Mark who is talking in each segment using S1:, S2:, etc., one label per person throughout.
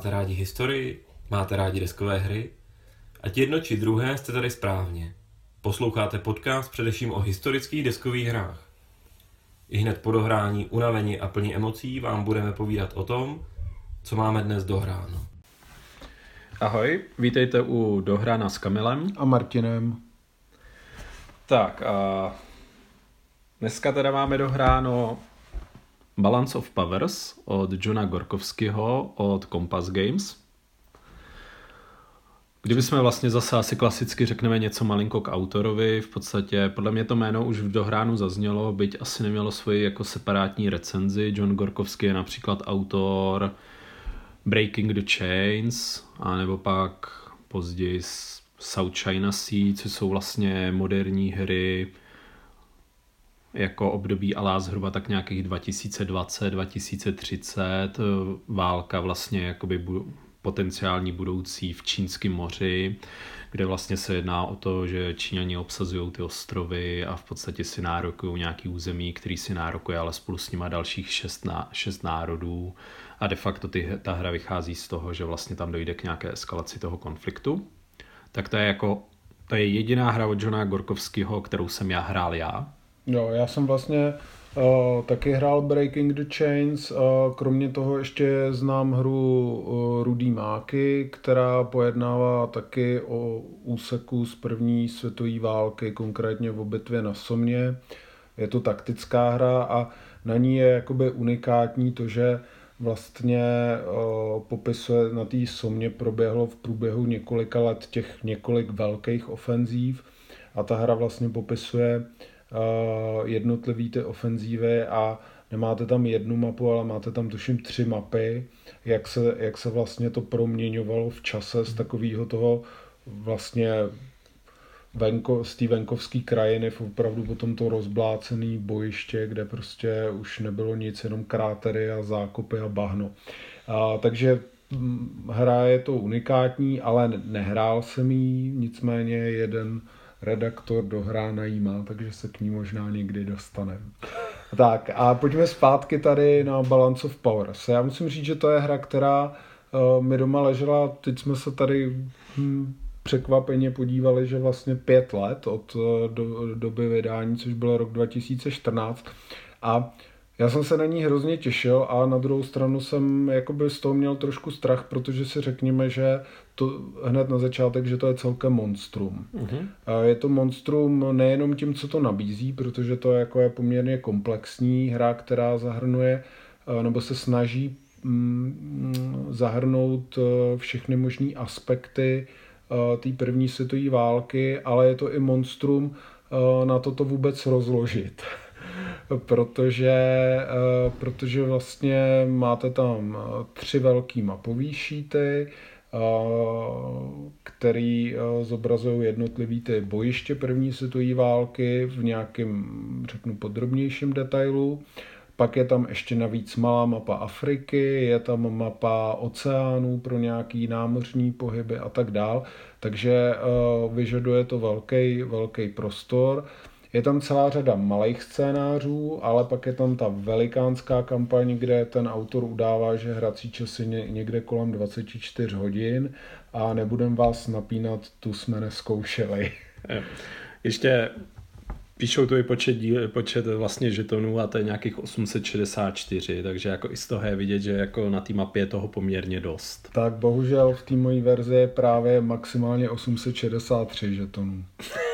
S1: Máte rádi historii? Máte rádi deskové hry? Ať jedno či druhé jste tady správně. Posloucháte podcast především o historických deskových hrách. Ihned po dohrání, unavení a plní emocí vám budeme povídat o tom, co máme dnes dohráno.
S2: Ahoj, vítejte u Dohrána s Kamilem
S3: a Martinem.
S2: Tak a dneska teda máme dohráno Balance of Powers od Johna Gorkovského od Compass Games. Kdybychom vlastně zase asi klasicky řekneme něco malinko k autorovi, v podstatě podle mě to jméno už v Dohránu zaznělo, byť asi nemělo svoji jako separátní recenzi. John Gorkovský je například autor Breaking the Chains, anebo pak později South China Sea, což jsou vlastně moderní hry jako období alá zhruba tak nějakých 2020-2030, válka vlastně jakoby potenciální budoucí v Čínském moři, kde vlastně se jedná o to, že Číňani obsazují ty ostrovy a v podstatě si nárokují nějaký území, který si nárokuje, ale spolu s nima dalších šest národů a de facto ta hra vychází z toho, že vlastně tam dojde k nějaké eskalaci toho konfliktu. Tak to je jediná hra od Johna Gorkovského, kterou jsem hrál já.
S3: Jo, já jsem vlastně taky hrál Breaking the Chains, kromě toho ještě znám hru Rudý máky, která pojednává taky o úseku z první světové války, konkrétně o bitvě na Somě. Je to taktická hra a na ní je jakoby unikátní to, že vlastně popisuje, na té Somě proběhlo v průběhu několika let těch několik velkých ofenzív a ta hra vlastně popisuje jednotlivý ty ofenzívy a nemáte tam jednu mapu, ale máte tam tuším 3 mapy, jak se vlastně to proměňovalo v čase z takového toho vlastně z té venkovské krajiny v opravdu potom to rozblácené bojiště, kde prostě už nebylo nic, jenom krátery a zákopy a bahno. Takže hra je to unikátní, ale nehrál jsem jí, nicméně jeden redaktor Dohrána jí má, takže se k ní možná někdy dostaneme. Tak a pojďme zpátky tady na Balance of Powers. Já musím říct, že to je hra, která mi doma ležela, teď jsme se tady překvapeně podívali, že vlastně 5 let od doby vydání, což byl rok 2014 a já jsem se na ní hrozně těšil a na druhou stranu jsem jakoby z toho měl trošku strach, protože si řekněme, že to hned na začátek, že to je celkem monstrum. Uh-huh. Je to monstrum nejenom tím, co to nabízí, protože to je poměrně komplexní hra, která zahrnuje nebo se snaží zahrnout všechny možné aspekty té první světové války, ale je to i monstrum na to vůbec rozložit. Protože vlastně máte tam 3 velký mapový šíty, který zobrazují jednotlivý ty bojiště první světové války v nějakém, řeknu, podrobnějším detailu. Pak je tam ještě navíc malá mapa Afriky, je tam mapa oceánů pro nějaký námořní pohyby a tak dál. Takže vyžaduje to velký prostor. Je tam celá řada malých scénářů, ale pak je tam ta velikánská kampaň, kde ten autor udává, že hrací čas je někde kolem 24 hodin a nebudem vás napínat, tu jsme nezkoušeli.
S2: Ještě píšou tu i počet vlastně žetonů a to je nějakých 864, takže jako i z toho je vidět, že jako na té mapě je toho poměrně dost.
S3: Tak bohužel v té mojí verzi je právě maximálně 863 žetonů.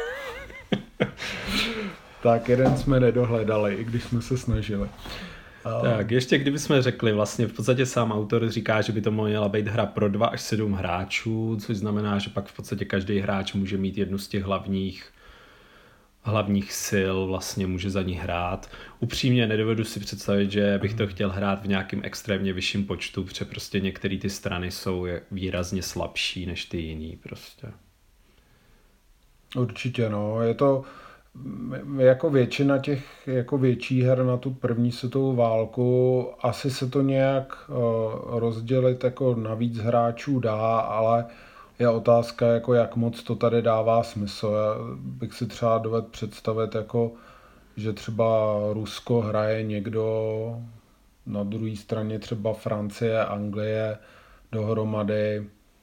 S3: Tak jeden jsme nedohledali, i když jsme se snažili.
S2: Tak ještě kdybychom řekli, vlastně v podstatě sám autor říká, že by to měla být hra pro 2 až 7 hráčů, což znamená, že pak v podstatě každý hráč může mít jednu z těch hlavních sil, vlastně může za ní hrát. Upřímně nedovedu si představit, že bych to chtěl hrát v nějakým extrémně vyšším počtu, protože prostě některé ty strany jsou výrazně slabší než ty jiný prostě.
S3: Určitě, no. Je to jako většina těch jako větší her na tu první světovou válku, asi se to nějak rozdělit jako na víc hráčů dá, ale je otázka, jako jak moc to tady dává smysl. Já bych si třeba dovedl představit, jako, že třeba Rusko hraje někdo, na druhé straně třeba Francie, Anglie, dohromady.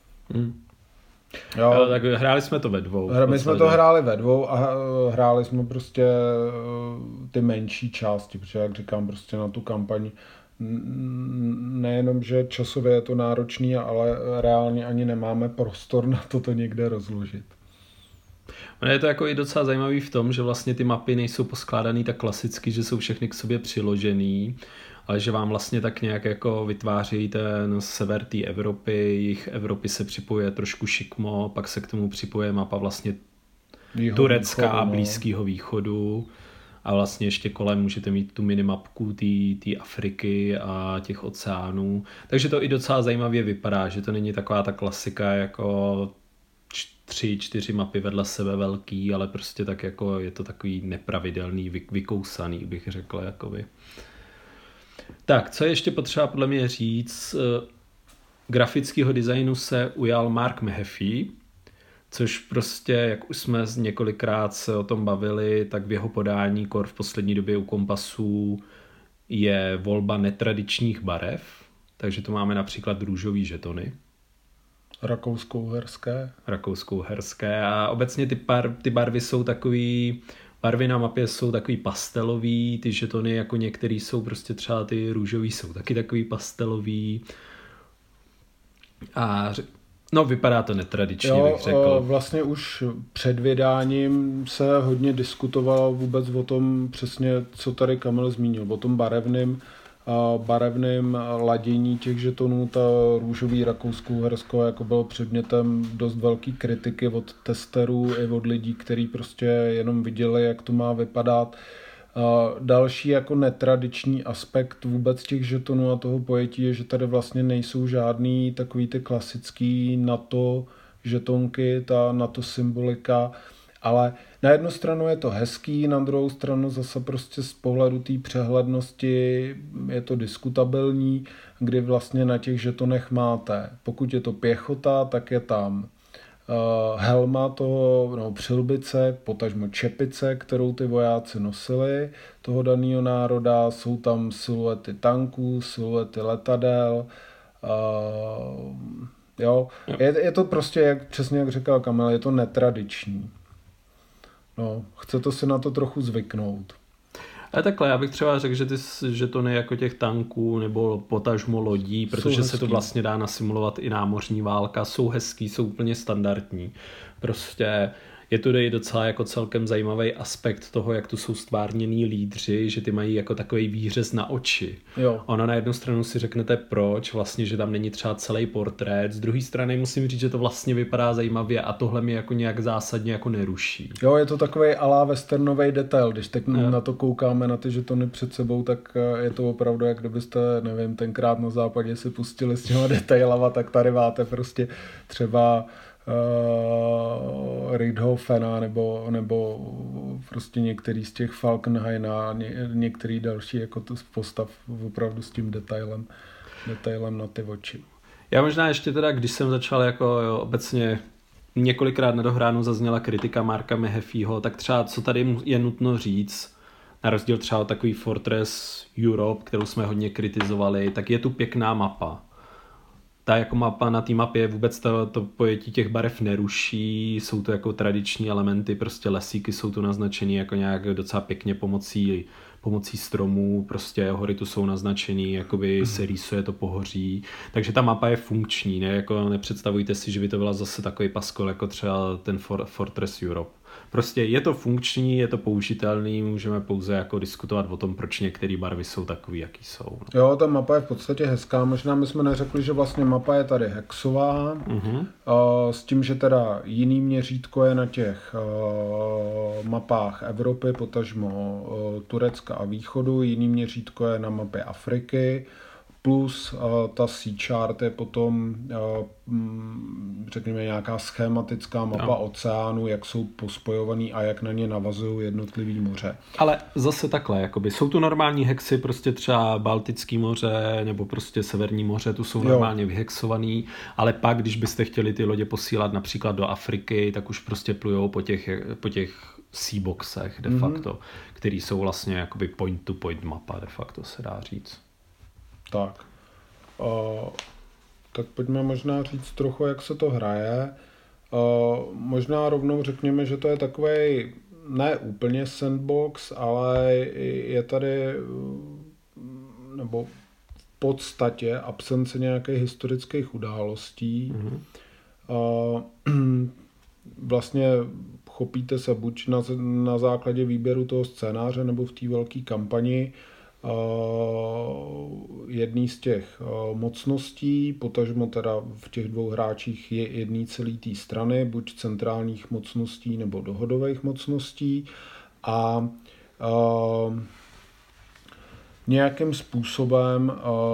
S2: Jo, tak hráli jsme to ve dvou.
S3: My jsme to hráli ve dvou a hráli jsme prostě ty menší části, protože jak říkám, prostě na tu kampaň nejenom, že časově je to náročný, ale reálně ani nemáme prostor na to někde rozložit.
S2: Ono je to jako i docela zajímavý v tom, že vlastně ty mapy nejsou poskládaný tak klasicky, že jsou všechny k sobě přiložený, ale že vám vlastně tak nějak jako vytváří ten sever té Evropy, jich Evropy se připojuje trošku šikmo, pak se k tomu připojuje mapa vlastně Turecka a Blízkého východu a vlastně ještě kolem můžete mít tu minimapku té Afriky a těch oceánů. Takže to i docela zajímavě vypadá, že to není taková ta klasika jako 3-4 mapy vedle sebe velký, ale prostě tak jako je to takový nepravidelný, vykousaný, bych řekl. Jakoby. Tak, co je ještě potřeba podle mě říct, grafického designu se ujal Mark Mahaffey, což prostě, jak už jsme několikrát se o tom bavili, tak v jeho podání v poslední době u kompasů je volba netradičních barev, takže to máme například růžový žetony. Rakousko-uherské a obecně ty barvy jsou takový, barvy na mapě jsou takový pastelový, ty žetony jako některý jsou prostě třeba ty růžový jsou taky takový pastelový a no vypadá to netradičně, bych řekl.
S3: Vlastně už před vydáním se hodně diskutovalo vůbec o tom přesně, co tady Kamil zmínil, o tom barevným ladění těch žetonů. Ta růžový Rakousko-Uhersko jako bylo předmětem dost velký kritiky od testerů i od lidí, kteří prostě jenom viděli, jak to má vypadat. Další jako netradiční aspekt vůbec těch žetonů a toho pojetí je, že tady vlastně nejsou žádný takový ty klasický NATO žetonky, ta NATO symbolika, ale na jednu stranu je to hezký, na druhou stranu zase prostě z pohledu té přehlednosti je to diskutabilní, kdy vlastně na těch žetonech máte, pokud je to pěchota, tak je tam helma přilbice, potažmo čepice, kterou ty vojáci nosili toho daného národa, jsou tam siluety tanků, siluety letadel, je to prostě, přesně jak říkal Kamil, je to netradiční. No, chce to si na to trochu zvyknout.
S2: Ale takhle, já bych třeba řekl, že ty žetony jako těch tanků nebo potažmo lodí, protože se to vlastně dá nasimulovat i námořní válka, jsou hezký, jsou úplně standardní. Prostě je to docela jako celkem zajímavý aspekt toho, jak tu jsou stvárněný lídři, že ty mají jako takový výřez na oči.
S3: Jo.
S2: Ono na jednu stranu si řeknete proč, vlastně, že tam není třeba celý portrét, z druhé strany musím říct, že to vlastně vypadá zajímavě a tohle mi jako nějak zásadně jako neruší.
S3: Jo, je to takový alá westernový detail, když tak na to koukáme na ty žetony před sebou, tak je to opravdu, jak kdybyste, nevím, tenkrát na západě si pustili s těma detailama, tak tady máte prostě třeba Riedhofena nebo prostě některý z těch Falkenhayn a některý další jako to postav opravdu s tím detailem na ty oči.
S2: Já možná ještě teda, když jsem začal jako obecně několikrát na dohránu zazněla kritika Marka Mahaffeyho, tak třeba co tady je nutno říct, na rozdíl třeba od takový Fortress Europe, kterou jsme hodně kritizovali, tak je tu pěkná mapa. Ta jako mapa na té mapě vůbec to pojetí těch barev neruší, jsou to jako tradiční elementy, prostě lesíky jsou tu naznačený jako nějak docela pěkně pomocí stromů, prostě hory tu jsou naznačený, jakoby se rýsuje to pohoří, takže ta mapa je funkční, ne? Jako nepředstavujte si, že by to byla zase takový paskol jako třeba ten Fortress Europe. Prostě je to funkční, je to použitelný, můžeme pouze jako diskutovat o tom, proč některé barvy jsou takový, jaký jsou. No.
S3: Jo, ta mapa je v podstatě hezká, možná my jsme neřekli, že vlastně mapa je tady hexová, s tím, že teda jiný měřítko je na těch mapách Evropy, potažmo Turecka a východu, jiný měřítko je na mapě Afriky, plus ta sea chart je potom, řekněme, nějaká schematická mapa oceánu, jak jsou pospojovaný a jak na ně navazují jednotlivý moře.
S2: Ale zase takhle, jakoby, jsou tu normální hexy, prostě třeba Baltický moře nebo prostě Severní moře, tu jsou normálně vyhexovaný, ale pak, když byste chtěli ty lodě posílat například do Afriky, tak už prostě plujou po těch seaboxech de facto, který jsou vlastně jakoby point-to-point mapa, de facto se dá říct.
S3: Tak. tak pojďme možná říct trochu, jak se to hraje. Možná rovnou řekněme, že to je takovej ne úplně sandbox, ale je tady nebo v podstatě absence nějakých historických událostí. Vlastně chopíte se buď na základě výběru toho scénáře nebo v té velké kampani jedný z těch mocností, potažmo teda v těch dvou hráčích je jedný celý té strany, buď centrálních mocností nebo dohodových mocností a nějakým způsobem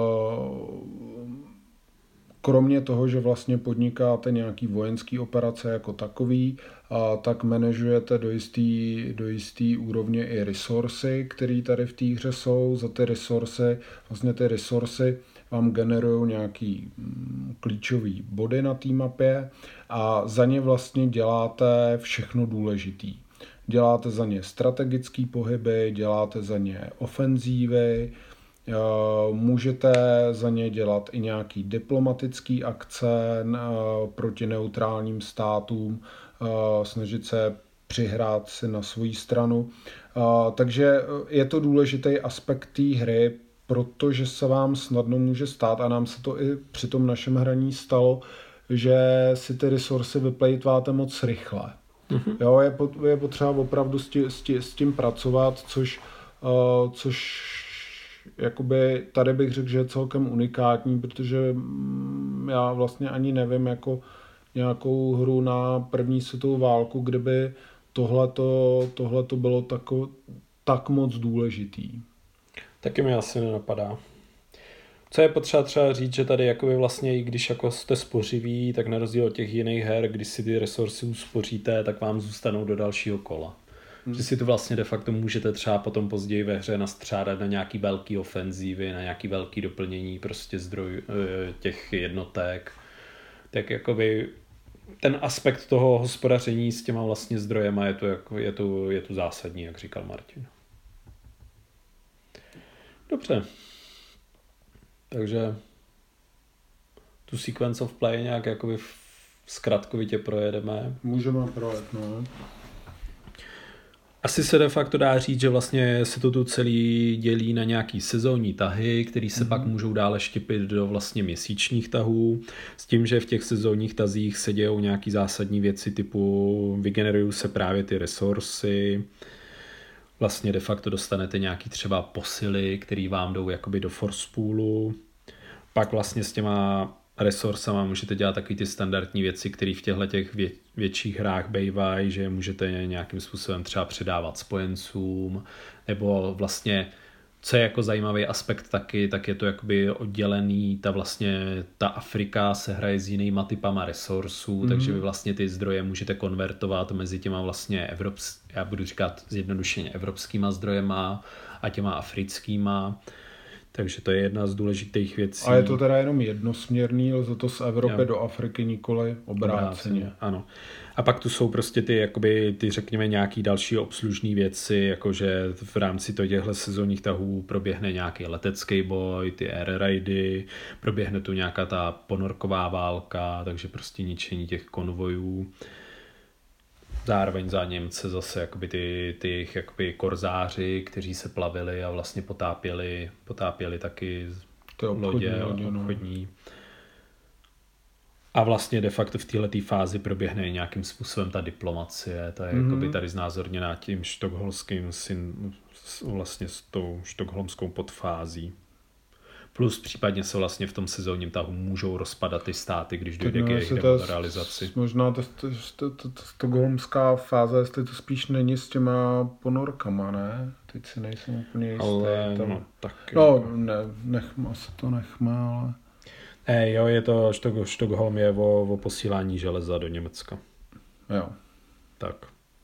S3: kromě toho, že vlastně podnikáte nějaký vojenský operace jako takový, tak manažujete do jistý úrovně i resursy, které tady v té hře jsou. Za ty resursy vám generují nějaký klíčový body na té mapě a za ně vlastně děláte všechno důležitý. Děláte za ně strategické pohyby, děláte za ně ofenzívy, můžete za ně dělat i nějaký diplomatický akce proti neutrálním státům, snažit se přihrát si na svou stranu. Takže je to důležitý aspekt té hry, protože se vám snadno může stát, a nám se to i při tom našem hraní stalo, že si ty resursy vyplejtváte moc rychle. Jo, je potřeba opravdu s tím pracovat, což jakoby tady bych řekl, že je celkem unikátní, protože já vlastně ani nevím jako nějakou hru na první světovou válku, kde by tohleto bylo tak moc důležitý.
S2: Taky mi asi nenapadá. Co je potřeba třeba říct, že tady jakoby vlastně, i když jako jste spořiví, tak na rozdíl od těch jiných her, když si ty resursy uspoříte, tak vám zůstanou do dalšího kola. Že si to vlastně de facto můžete třeba potom později ve hře nastřádat na nějaký velký ofenzívy, na nějaký velký doplnění prostě zdrojů těch jednotek. Tak jakoby ten aspekt toho hospodaření s těma vlastně zdrojema je to zásadní, jak říkal Martin. Dobře. Takže tu sequence of play nějak jakoby zkratkovitě projedeme.
S3: Můžeme projet, no.
S2: Asi se de facto dá říct, že vlastně se to tu celý dělí na nějaký sezónní tahy, který se pak můžou dále štěpit do vlastně měsíčních tahů, s tím, že v těch sezónních tazích se dějou nějaký zásadní věci typu vygenerují se právě ty resursy, vlastně de facto dostanete nějaký třeba posily, který vám jdou jakoby do force poolu, pak vlastně s těma resursama můžete dělat takový ty standardní věci, které v těchto těch větších hrách bývají, že můžete nějakým způsobem třeba předávat spojencům, nebo vlastně, co je jako zajímavý aspekt taky, tak je to jakoby oddělený, ta Afrika se hraje s jinýma typama resursů, takže vy vlastně ty zdroje můžete konvertovat mezi těma vlastně já budu říkat zjednodušeně evropskýma zdrojema a těma africkýma. Takže to je jedna z důležitých věcí.
S3: A je to teda jenom jednosměrný, lze to z Evropy do Afriky, nikoli obráceně.
S2: Ano. A pak tu jsou prostě ty řekněme nějaký další obslužné věci, jakože v rámci těchto sezónních tahů proběhne nějaký letecký boj, ty air raidy, proběhne tu nějaká ta ponorková válka, takže prostě ničení těch konvojů. Zároveň za Němce zase jakoby ty jakoby korzáři, kteří se plavili a vlastně potápěli taky lodě obchodní. A vlastně de facto v této fázi proběhne nějakým způsobem ta diplomacie, ta je jakoby tady znázorněná tím vlastně s tou štokholmskou podfází. Plus případně se vlastně v tom sezónním tahu můžou rozpadat ty státy, když dojde k jejich demoralizaci.
S3: Možná ta stokholmská fáze, jestli to spíš není s těma ponorkama, ne? Teď si nejsem úplně jistý.
S2: Ale
S3: nechme, ale...
S2: Jo, je to, Stockholm je o posílání železa do Německa.
S3: Jo.
S2: Tak.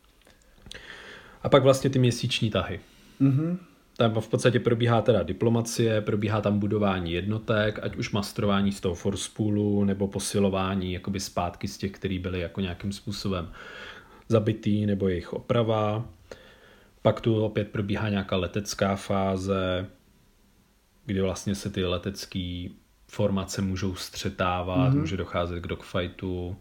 S2: A pak vlastně ty měsíční tahy. Tam v podstatě probíhá teda diplomacie, probíhá tam budování jednotek, ať už mastrování z toho force poolu, nebo posilování jakoby zpátky z těch, který byli jako nějakým způsobem zabitý, nebo jejich oprava. Pak tu opět probíhá nějaká letecká fáze, kdy vlastně se ty letecký formace můžou střetávat, může docházet k dogfightu.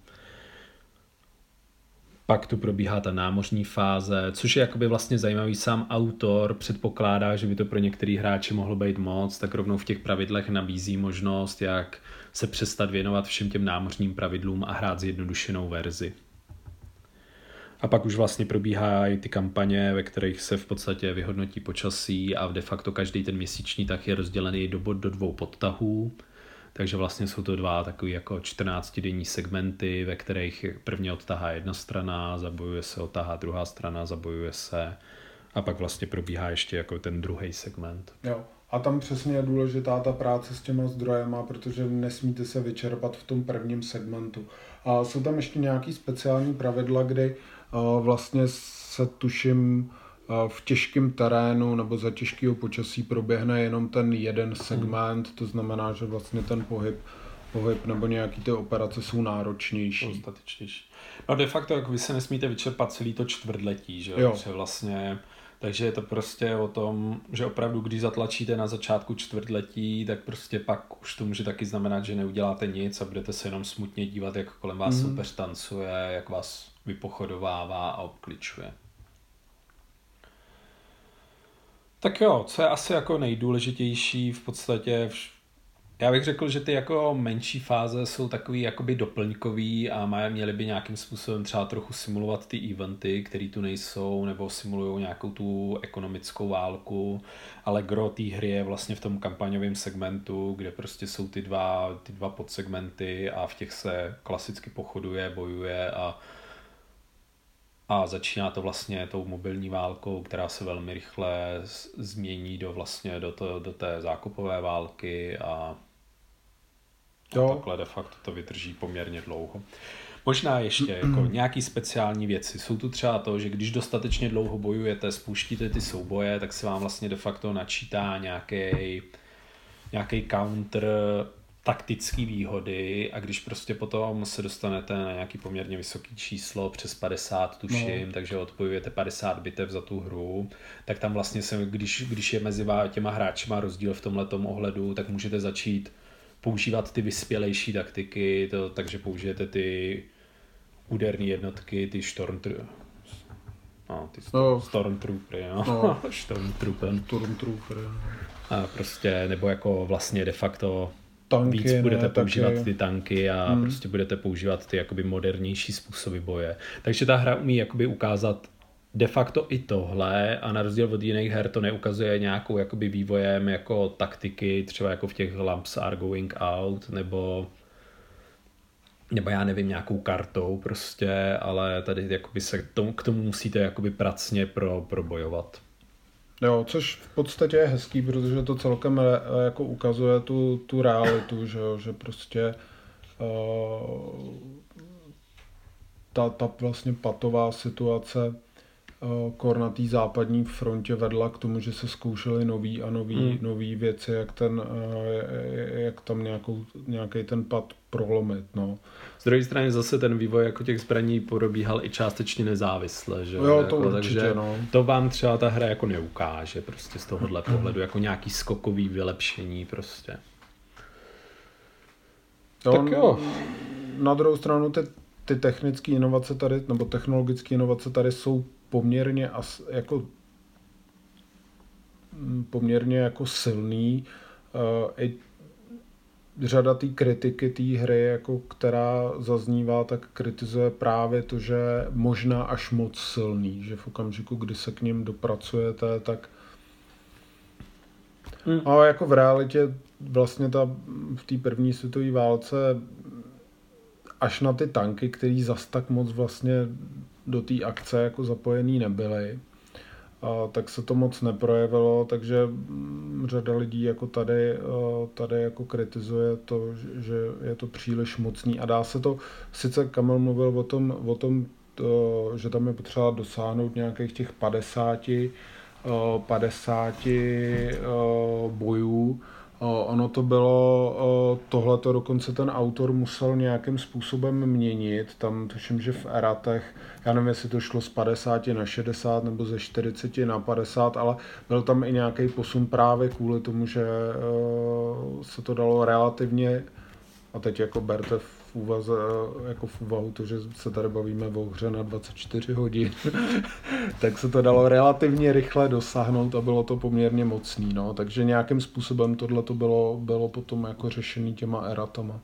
S2: Pak tu probíhá ta námořní fáze, což je jakoby vlastně zajímavý. Sám autor předpokládá, že by to pro některý hráče mohlo být moc, tak rovnou v těch pravidlech nabízí možnost, jak se přestat věnovat všem těm námořním pravidlům a hrát zjednodušenou verzi. A pak už vlastně probíhají ty kampaně, ve kterých se v podstatě vyhodnotí počasí a de facto každý ten měsíční tak je rozdělený do 2 podtahů. Takže vlastně jsou to 2 takový jako 14denní segmenty, ve kterých první odtahá jedna strana, zabojuje se, odtahá druhá strana, zabojuje se a pak vlastně probíhá ještě jako ten druhý segment.
S3: Jo. A tam přesně je důležitá ta práce s těma zdrojema, protože nesmíte se vyčerpat v tom prvním segmentu. A jsou tam ještě nějaký speciální pravidla, kdy vlastně se tuším v těžkém terénu nebo za těžkého počasí proběhne jenom ten jeden segment, to znamená, že vlastně ten pohyb nebo nějaký ty operace jsou náročnější.
S2: Dostatečnější. No de facto, jako vy se nesmíte vyčerpat celý to čtvrtletí, že jo? Vlastně, takže je to prostě o tom, že opravdu, když zatlačíte na začátku čtvrtletí, tak prostě pak už to může taky znamenat, že neuděláte nic a budete se jenom smutně dívat, jak kolem vás soupeř tancuje, jak vás vypochodovává a obkličuje. Tak jo, co je asi jako nejdůležitější v podstatě, já bych řekl, že ty jako menší fáze jsou takový jakoby doplňkový a měly by nějakým způsobem třeba trochu simulovat ty eventy, které tu nejsou, nebo simulují nějakou tu ekonomickou válku, ale gro té hry je vlastně v tom kampaňovém segmentu, kde prostě jsou ty dva podsegmenty a v těch se klasicky pochoduje, bojuje a začíná to vlastně tou mobilní válkou, která se velmi rychle změní do té zákopové války a takhle de facto to vydrží poměrně dlouho. Možná ještě jako nějaký speciální věci. Jsou tu třeba to, že když dostatečně dlouho bojujete, spouštíte ty souboje, tak se vám vlastně de facto načítá nějaký counter taktické výhody a když prostě potom se dostanete na nějaký poměrně vysoký číslo, přes 50 tuším, takže odpojujete 50 bitev za tu hru, tak tam vlastně když je mezi těma hráčima rozdíl v tomhletom ohledu, tak můžete začít používat ty vyspělejší taktiky, takže použijete ty úderné jednotky, ty Stormtroopery, a prostě, nebo jako vlastně de facto tanky, víc budete používat ty tanky a prostě budete používat ty jakoby modernější způsoby boje. Takže ta hra umí jakoby ukázat de facto i tohle a na rozdíl od jiných her to neukazuje nějakou jakoby vývojem jako taktiky, třeba jako v těch Lamps are going out, nebo já nevím, nějakou kartou prostě, ale tady jakoby k tomu musíte jakoby pracně probojovat.
S3: Jo, což v podstatě je hezký, protože to celkem jako ukazuje tu realitu, že prostě ta vlastně patová situace kor na té západní frontě vedla k tomu, že se zkoušely nový věci, jak tam nějaký ten pad prolomit. No.
S2: Z druhé strany zase ten vývoj jako těch zbraní probíhal i částečně nezávisle. Že?
S3: Jo, to jako, určitě, takže
S2: to vám třeba ta hra jako neukáže prostě z tohohle pohledu, jako nějaký skokový vylepšení prostě.
S3: Tak jo. Na druhou stranu ty technické inovace tady, nebo technologické inovace tady jsou poměrně jako silný. I řada té kritiky té hry, jako která zaznívá, tak kritizuje právě to, že možná až moc silný, že v okamžiku, kdy se k ním dopracujete, tak ale jako v realitě vlastně v té první světové válce až na ty tanky, který zas tak moc vlastně do té akce jako zapojený nebyly, tak se to moc neprojevilo, takže řada lidí jako tady jako kritizuje to, že je to příliš mocný a dá se to, sice Kamil mluvil o tom, že tam je potřeba dosáhnout nějakých těch 50 bojů, Ono to bylo, tohleto dokonce ten autor musel nějakým způsobem měnit, tam tuším, že v eratech, já nevím, jestli to šlo z 50 na 60 nebo ze 40 na 50, ale byl tam i nějaký posun právě kvůli tomu, že se to dalo relativně, a teď jako berte v úvahu to, že se tady bavíme o hře na 24 hodin, tak se to dalo relativně rychle dosáhnout a bylo to poměrně mocný, no. Takže nějakým způsobem tohle to bylo potom jako řešený těma eratama.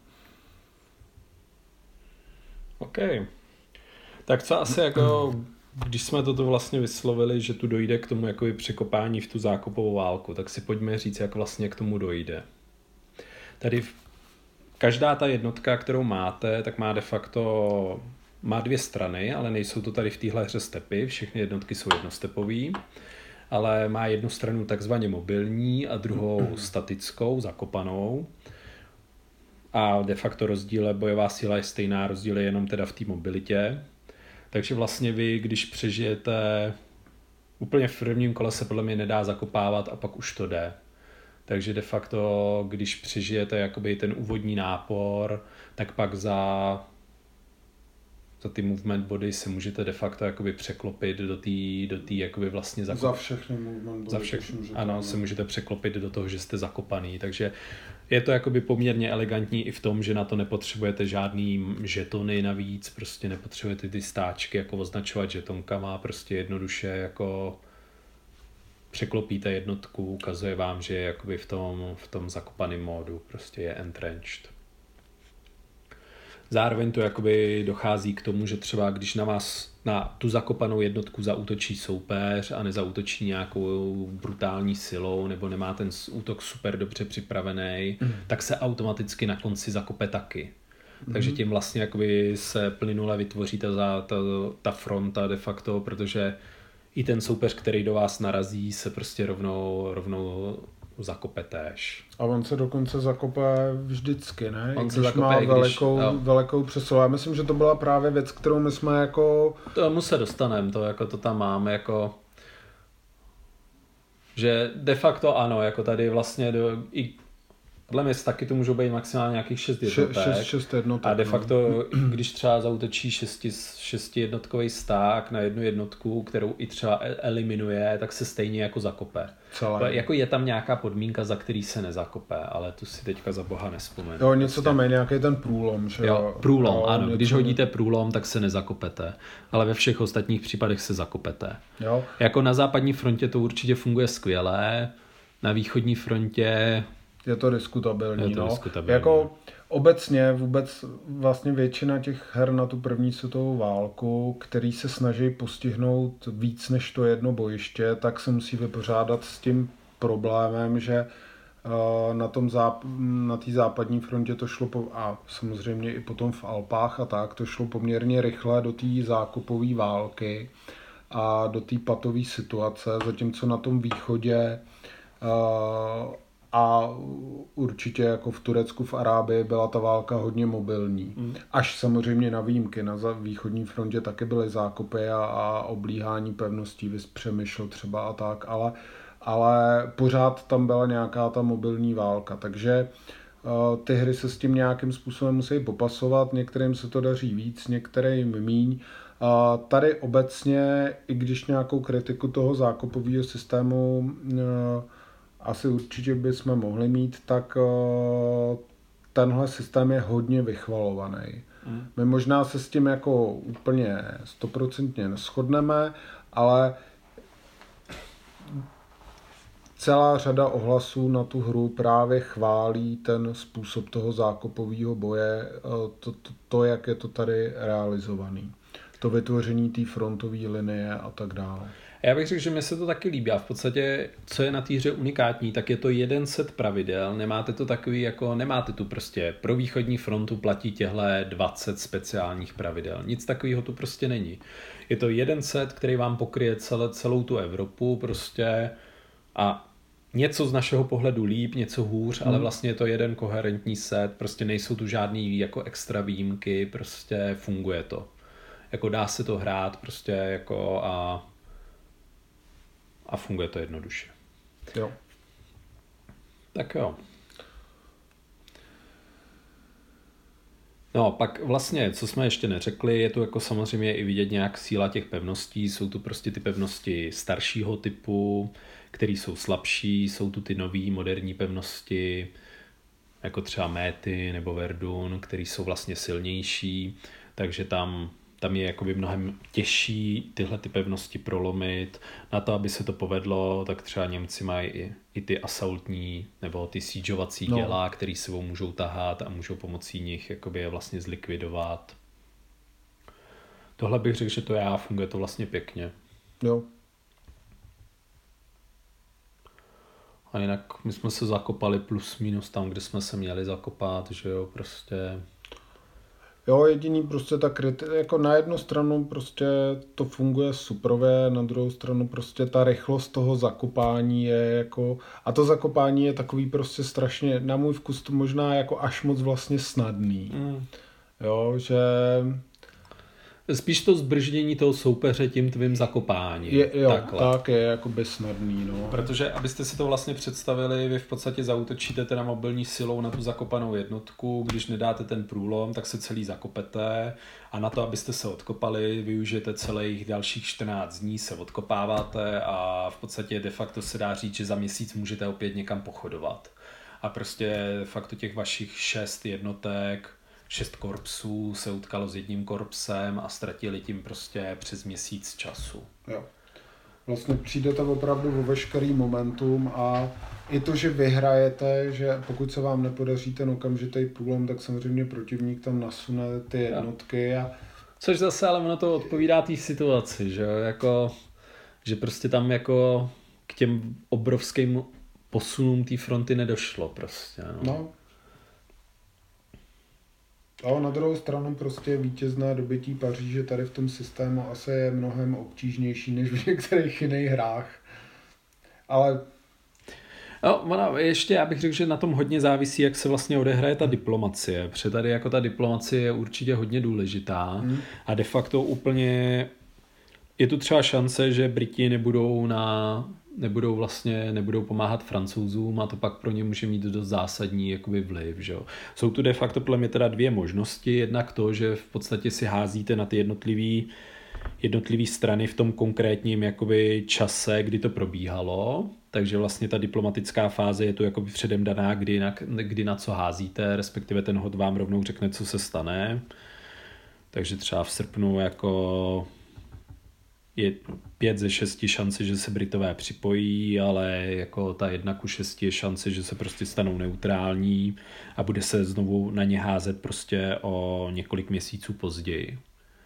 S2: OK. Tak co asi jako, když jsme toto vlastně vyslovili, že tu dojde k tomu jakoby překopání v tu zákopovou válku, tak si pojďme říct, jak vlastně k tomu dojde. Tady každá ta jednotka, kterou máte, tak má de facto má dvě strany, ale nejsou to tady v téhle hře stepy, všechny jednotky jsou jednostepový, ale má jednu stranu takzvaně mobilní a druhou statickou, zakopanou. A de facto rozdíl, bojová síla je stejná, rozdíl je jenom teda v té mobilitě. Takže vlastně vy, když přežijete, úplně v prvním kole se podle mě nedá zakopávat a pak už to jde. Takže de facto, když přežijete jakoby ten úvodní nápor, tak pak za ty movement body se můžete de facto jakoby překlopit do té jakoby vlastně
S3: Za všechny movement body.
S2: Ano, se můžete překlopit do toho, že jste zakopaný. Takže je to jakoby poměrně elegantní i v tom, že na to nepotřebujete žádný žetony navíc, prostě nepotřebujete ty stáčky jako označovat žetonkama, prostě jednoduše jako překlopíte jednotku, ukazuje vám, že je jakoby v tom zakopaném módu, prostě je entrenched. Zároveň to jakoby dochází k tomu, že třeba když na vás, na tu zakopanou jednotku zaútočí soupeř a nezaútočí nějakou brutální silou nebo nemá ten útok super dobře připravený, tak se automaticky na konci zakope taky. Takže tím vlastně jakoby se plynule vytvoří ta fronta de facto, protože i ten soupeř, který do vás narazí, se prostě rovnou zakope též.
S3: A on se dokonce zakope vždycky, ne?
S2: On
S3: I
S2: se
S3: když
S2: zakope,
S3: má velikou přesilu. Já myslím, že to byla právě věc, kterou my jsme jako...
S2: Tomu se dostaneme, to tam máme jako... Že de facto ano, jako tady vlastně podle mě taky to můžou být maximálně nějakých 6 jednotek.
S3: 6 jednotek.
S2: A de facto, když třeba zaútočí 6 jednotkový sták na jednu jednotku, kterou i třeba eliminuje, tak se stejně jako zakope. Jako je tam nějaká podmínka, za který se nezakope, ale tu si teďka za boha nespomenu.
S3: Jo, něco tam je, nějaký ten průlom, že
S2: jo? Průlom, ano. Když hodíte průlom, tak se nezakopete, ale ve všech ostatních případech se zakopete.
S3: Jo.
S2: Jako na západní frontě to určitě funguje skvěle, na východní frontě
S3: je to diskutabilní.
S2: Diskutabilní.
S3: Jako obecně vůbec vlastně většina těch her na tu první světovou válku, který se snaží postihnout víc než to jedno bojiště, tak se musí vypořádat s tím problémem, že na té západní frontě to šlo, a samozřejmě i potom v Alpách a tak, to šlo poměrně rychle do té zákopové války a do té patové situace, zatímco na tom východě a určitě jako v Turecku, v Arábii byla ta válka hodně mobilní. Až samozřejmě na výjimky. Na východní frontě taky byly zákopy a oblíhání pevností, vys Přemyšl třeba a tak, ale pořád tam byla nějaká ta mobilní válka. Takže ty hry se s tím nějakým způsobem musí popasovat. Některým se to daří víc, některým míň. Tady obecně, i když nějakou kritiku toho zákopového systému asi určitě bychom mohli mít, tak tenhle systém je hodně vychvalovaný. My možná se s tím jako úplně 100% neshodneme, ale celá řada ohlasů na tu hru právě chválí ten způsob toho zákopového boje, to, jak je to tady realizovaný. To vytvoření té frontové linie a tak dále.
S2: Já bych řekl, že mi se to taky líbí a v podstatě, co je na té hře unikátní, tak je to jeden set pravidel, nemáte to takový jako, nemáte tu prostě pro východní frontu platí těhle 20 speciálních pravidel, nic takového tu prostě není. Je to jeden set, který vám pokryje celou tu Evropu prostě a něco z našeho pohledu líp, něco hůř, ale vlastně je to jeden koherentní set, prostě nejsou tu žádný jako extra výjimky, prostě funguje to. Jako dá se to hrát prostě jako a funguje to jednoduše.
S3: Jo.
S2: Tak jo. No, pak vlastně, co jsme ještě neřekli, je tu jako samozřejmě i vidět nějak síla těch pevností, jsou tu prostě ty pevnosti staršího typu, které jsou slabší, jsou tu ty nový moderní pevnosti, jako třeba Méty nebo Verdun, které jsou vlastně silnější, takže tam je jakoby mnohem těžší tyhle ty pevnosti prolomit. Na to, aby se to povedlo, tak třeba Němci mají i ty asaultní nebo ty siegeovací děla, který sebou můžou tahat a můžou pomocí nich jakoby je vlastně zlikvidovat. Tohle bych řekl, že to funguje to vlastně pěkně.
S3: Jo.
S2: A jinak my jsme se zakopali plus minus tam, kde jsme se měli zakopat, že jo, prostě.
S3: Jo, jediný prostě jako na jednu stranu prostě to funguje suprově, na druhou stranu prostě ta rychlost toho zakopání je jako, a to zakopání je takový prostě strašně, na můj vkus to možná jako až moc vlastně snadný. Jo, že...
S2: Spíš to zbrždění toho soupeře tím tvým zakopáním.
S3: Tak je jakoby snadný, no.
S2: Protože abyste si to vlastně představili, vy v podstatě zaútočíte teda mobilní silou na tu zakopanou jednotku, když nedáte ten průlom, tak se celý zakopete a na to, abyste se odkopali, využijete celých dalších 14 dní, se odkopáváte a v podstatě de facto se dá říct, že za měsíc můžete opět někam pochodovat. A prostě de facto těch vašich 6 jednotek, 6 korpsů se utkalo s jedním korpsem a ztratili tím prostě přes měsíc času.
S3: Jo. Vlastně přijdete opravdu o veškerý momentum a i to, že vyhrajete, že pokud se vám nepodaří ten okamžitý průlom, tak samozřejmě protivník tam nasune ty jednotky.
S2: Což zase ale ono to odpovídá té situaci, že jako, že prostě tam jako k těm obrovským posunům té fronty nedošlo prostě. No.
S3: A na druhou stranu prostě vítězné dobytí Paříže tady v tom systému asi je mnohem obtížnější než v některých jiných hrách. Ale...
S2: No, ještě já bych řekl, že na tom hodně závisí, jak se vlastně odehraje ta diplomacie. Protože tady jako ta diplomacie je určitě hodně důležitá a de facto úplně je tu třeba šance, že Briti nebudou pomáhat Francouzům a to pak pro ně může mít dost zásadní jakoby vliv. Že? Jsou tu de facto podle mě teda dvě možnosti. Jednak to, že v podstatě si házíte na ty jednotlivý strany v tom konkrétním jakoby čase, kdy to probíhalo. Takže vlastně ta diplomatická fáze je tu jakoby předem daná, kdy na co házíte, respektive ten hod vám rovnou řekne, co se stane. Takže třeba v srpnu jako je 5 ze 6 šance, že se Britové připojí, ale jako ta 1:6 je šance, že se prostě stanou neutrální a bude se znovu na ně házet prostě o několik měsíců později.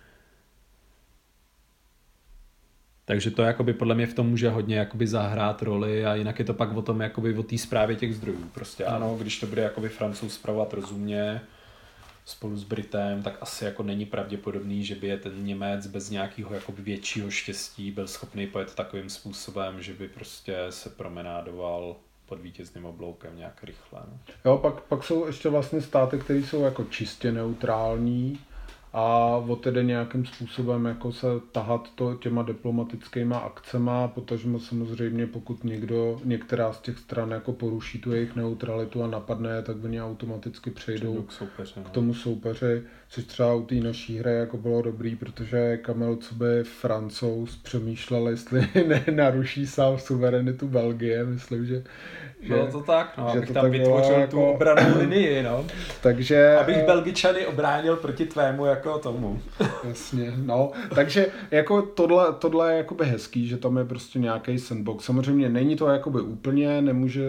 S2: Takže to jakoby podle mě v tom může hodně jakoby zahrát roli a jinak je to pak o tom jakoby o té správě těch zdrojů. Prostě ano, když to bude jakoby Francouz spravovat rozumně spolu s Britem, tak asi jako není pravděpodobný, že by je ten Němec bez nějakého jakoby většího štěstí byl schopný pojet takovým způsobem, že by prostě se promenádoval pod vítězným obloukem nějak rychle. No.
S3: Jo, pak jsou ještě vlastně státy, které jsou jako čistě neutrální a tedy nějakým způsobem jako se tahat to těma diplomatickýma akcema, potažmo samozřejmě pokud některá z těch stran jako poruší tu jejich neutralitu a napadne, tak oni automaticky přejdou k tomu soupeři, což třeba u té naší hry jako bylo dobrý, protože Kamil, co by Francouz přemýšlel, jestli naruší sám suverenitu Belgie, myslím, že
S2: bylo to tak, no, abych tam vytvořil tu obrannou linii, no.
S3: Takže...
S2: Abych Belgičany obránil proti tvému jako tomu.
S3: Jasně, no. Takže jako tohle je jakoby hezký, že tam je prostě nějaký sandbox. Samozřejmě není to jakoby úplně,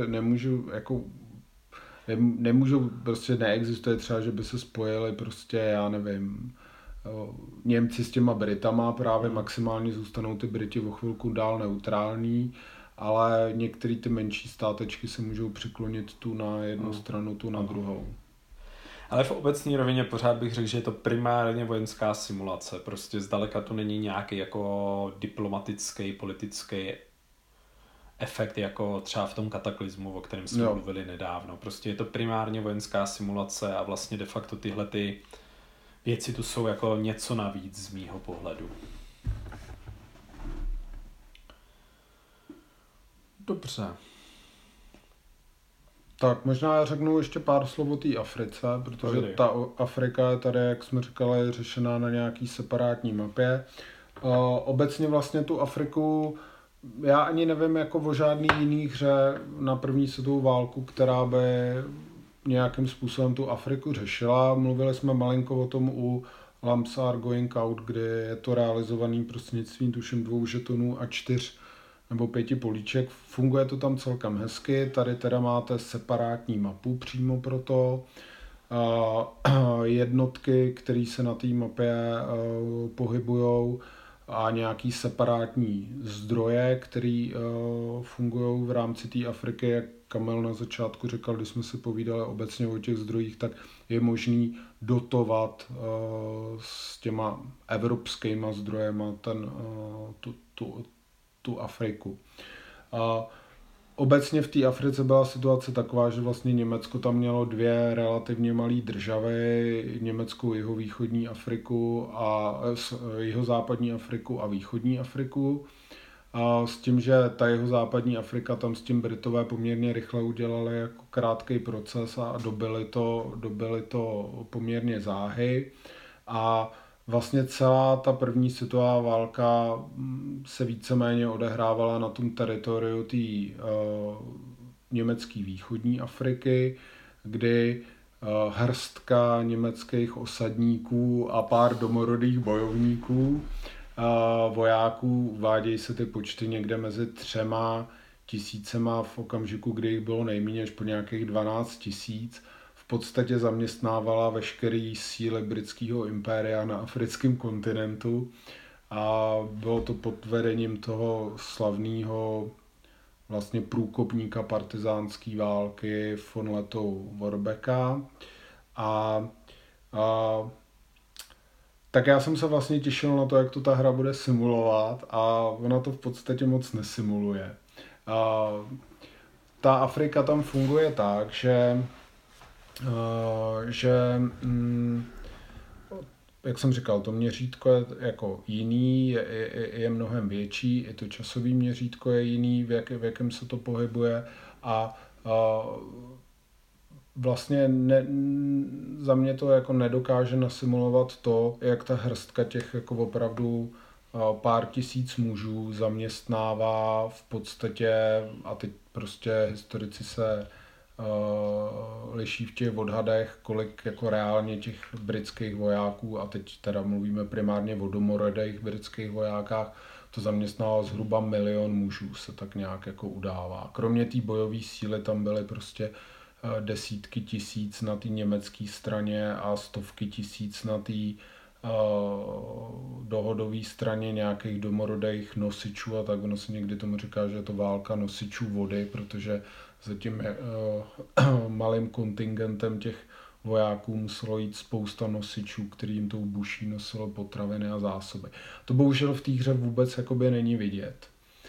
S3: nemůžu, prostě neexistuje třeba, že by se spojili prostě, já nevím, Němci s těma Britama, právě maximálně zůstanou ty Briti o chvilku dál neutrální, ale některé ty menší státečky se můžou přiklonit tu na jednu stranu, tu na druhou.
S2: Ale v obecné rovině pořád bych řekl, že je to primárně vojenská simulace. Prostě zdaleka to není nějaký jako diplomatický, politický efekt, jako třeba v tom kataklizmu, o kterém jsme mluvili nedávno. Prostě je to primárně vojenská simulace a vlastně de facto tyhle ty věci tu jsou jako něco navíc z mýho pohledu. Dobře.
S3: Tak možná já řeknu ještě pár slov o té Africe, protože ta Afrika je tady, jak jsme říkali, řešená na nějaký separátní mapě. Obecně vlastně tu Afriku, já ani nevím jako o žádný jiný hře na první světovou válku, která by nějakým způsobem tu Afriku řešila. Mluvili jsme malinko o tom u Lamsar Going Out, kdy je to realizovaný prostřednictvím tuším 2 žetonů a 4 nebo 5 políček. Funguje to tam celkem hezky. Tady teda máte separátní mapu přímo pro to. Jednotky, které se na té mapě pohybujou a nějaký separátní zdroje, které fungují v rámci té Afriky, jak Kamil na začátku říkal, když jsme si povídali obecně o těch zdrojích, tak je možný dotovat s těma evropskýma zdrojema tu Afriku. Obecně v té Africe byla situace taková, že vlastně Německo tam mělo 2 relativně malé državy, německou jihovýchodní Afriku a jihozápadní Afriku a východní Afriku. A s tím, že ta jihozápadní Afrika tam s tím Britové poměrně rychle udělali jako krátký proces a dobili to poměrně záhy. A vlastně celá ta první světová válka se víceméně odehrávala na tom teritoriu té německé východní Afriky, kdy hrstka německých osadníků a pár domorodých bojovníků, vojáků, uvádějí se ty počty někde mezi 3 000 v okamžiku, kdy jich bylo nejméně až po nějakých 12 000, v podstatě zaměstnávala veškeré síly britského impéria na africkém kontinentu a bylo to pod vedením toho slavného vlastně průkopníka partizánské války von Lettow-Warbecka tak já jsem se vlastně těšil na to, jak to ta hra bude simulovat a ona to v podstatě moc nesimuluje. Ta Afrika tam funguje tak, že jak jsem říkal, to měřítko je jako jiný, je mnohem větší, i to časové měřítko je jiný, v jakém se to pohybuje a vlastně za mě to jako nedokáže nasimulovat to, jak ta hrstka těch jako opravdu pár tisíc mužů zaměstnává v podstatě, a teď prostě historici se liší v těch odhadech, kolik jako reálně těch britských vojáků, a teď teda mluvíme primárně o domorodých britských vojákách, to zaměstnávalo zhruba 1 milion mužů, se tak nějak jako udává. Kromě té bojové síly tam byly prostě desítky tisíc na té německé straně a stovky tisíc na té dohodové straně nějakých domorodých nosičů a tak. Ono se někdy tomu říká, že je to válka nosičů vody, protože za tím malým kontingentem těch vojáků muselo jít spousta nosičů, kterým tou buší nosilo potraviny a zásoby. To bohužel v té hře vůbec jakoby není vidět.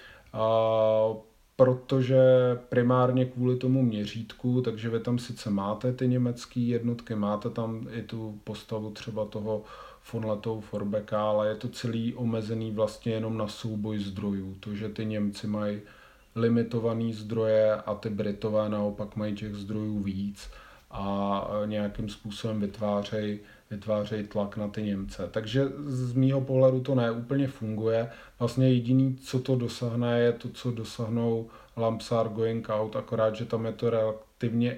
S3: Protože primárně kvůli tomu měřítku, takže vy tam sice máte ty německé jednotky, máte tam i tu postavu třeba toho von Lettow-Warbecka, ale je to celý omezený vlastně jenom na souboj zdrojů. To, že ty Němci mají limitované zdroje a ty Britové naopak mají těch zdrojů víc a nějakým způsobem vytvářejí tlak na ty Němce. Takže z mýho pohledu to neúplně funguje. Vlastně jediný, co to dosáhne, je to, co dosáhnou Lamsar Going Out, akorát, že tam je to relativně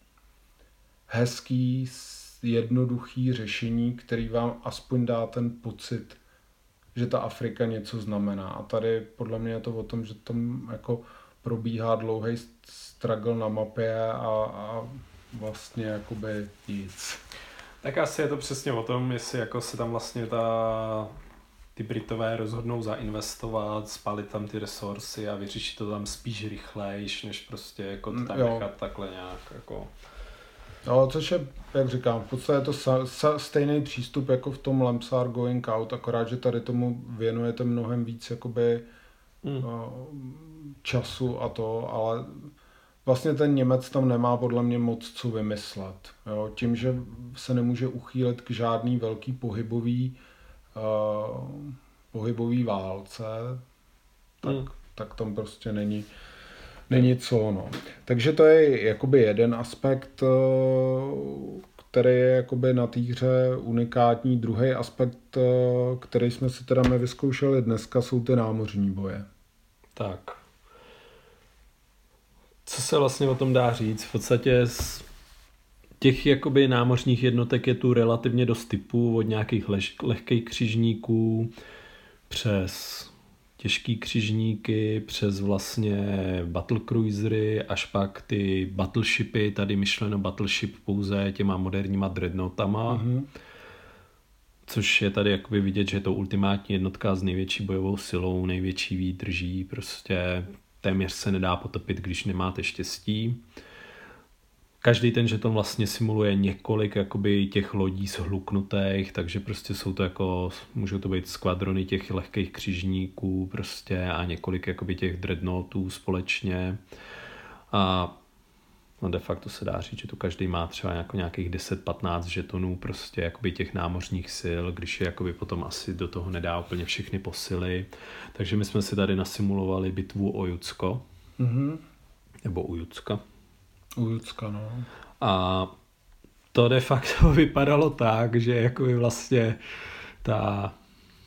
S3: hezký, jednoduchý řešení, který vám aspoň dá ten pocit, že ta Afrika něco znamená. A tady podle mě je to o tom, že tam jako probíhá dlouhý struggle na mapě a vlastně jakoby nic.
S2: Tak asi je to přesně o tom, jestli jako se tam vlastně ty Britové rozhodnou zainvestovat, spálit tam ty resursy a vyřešit to tam spíš rychlejš, než prostě jako to tam nechat takhle nějak jako...
S3: No, což je, jak říkám, v podstatě je to stejný přístup jako v tom Lamsar Going Out, akorát, že tady tomu věnujete mnohem víc jakoby času a to, ale vlastně ten Němec tam nemá podle mě moc co vymyslet. Jo? Tím, že se nemůže uchýlit k žádný velký pohybový válce, tak tam prostě není Není co, no. Takže to je jakoby jeden aspekt, který je jakoby na té hře unikátní. Druhý aspekt, který jsme si teda nevyzkoušeli dneska, jsou ty námořní boje.
S2: Tak. Co se vlastně o tom dá říct? V podstatě z těch jakoby námořních jednotek je tu relativně dost typů, od nějakých lehkých křižníků přes těžký křižníky, přes vlastně battlecruisery, až pak ty battleshipy, tady myšleno battleship pouze těma moderníma dreadnoughtama, což je tady jakoby vidět, že je to ultimátní jednotka s největší bojovou silou, největší výdrží, prostě téměř se nedá potopit, když nemáte štěstí. Každý ten žeton vlastně simuluje několik jakoby těch lodí shluknutých, takže prostě jsou to jako, můžou to být skvadrony těch lehkých křižníků prostě a několik jakoby těch dreadnoughtů společně. A no de facto se dá říct, že tu každý má třeba jako nějakých 10-15 žetonů prostě jakoby těch námořních sil, když je jakoby potom asi do toho nedá úplně všechny posily. Takže my jsme si tady nasimulovali bitvu o Jutsko. Nebo u Jutska.
S3: U Jutska, no.
S2: A to de facto vypadalo tak, že jakoby vlastně ta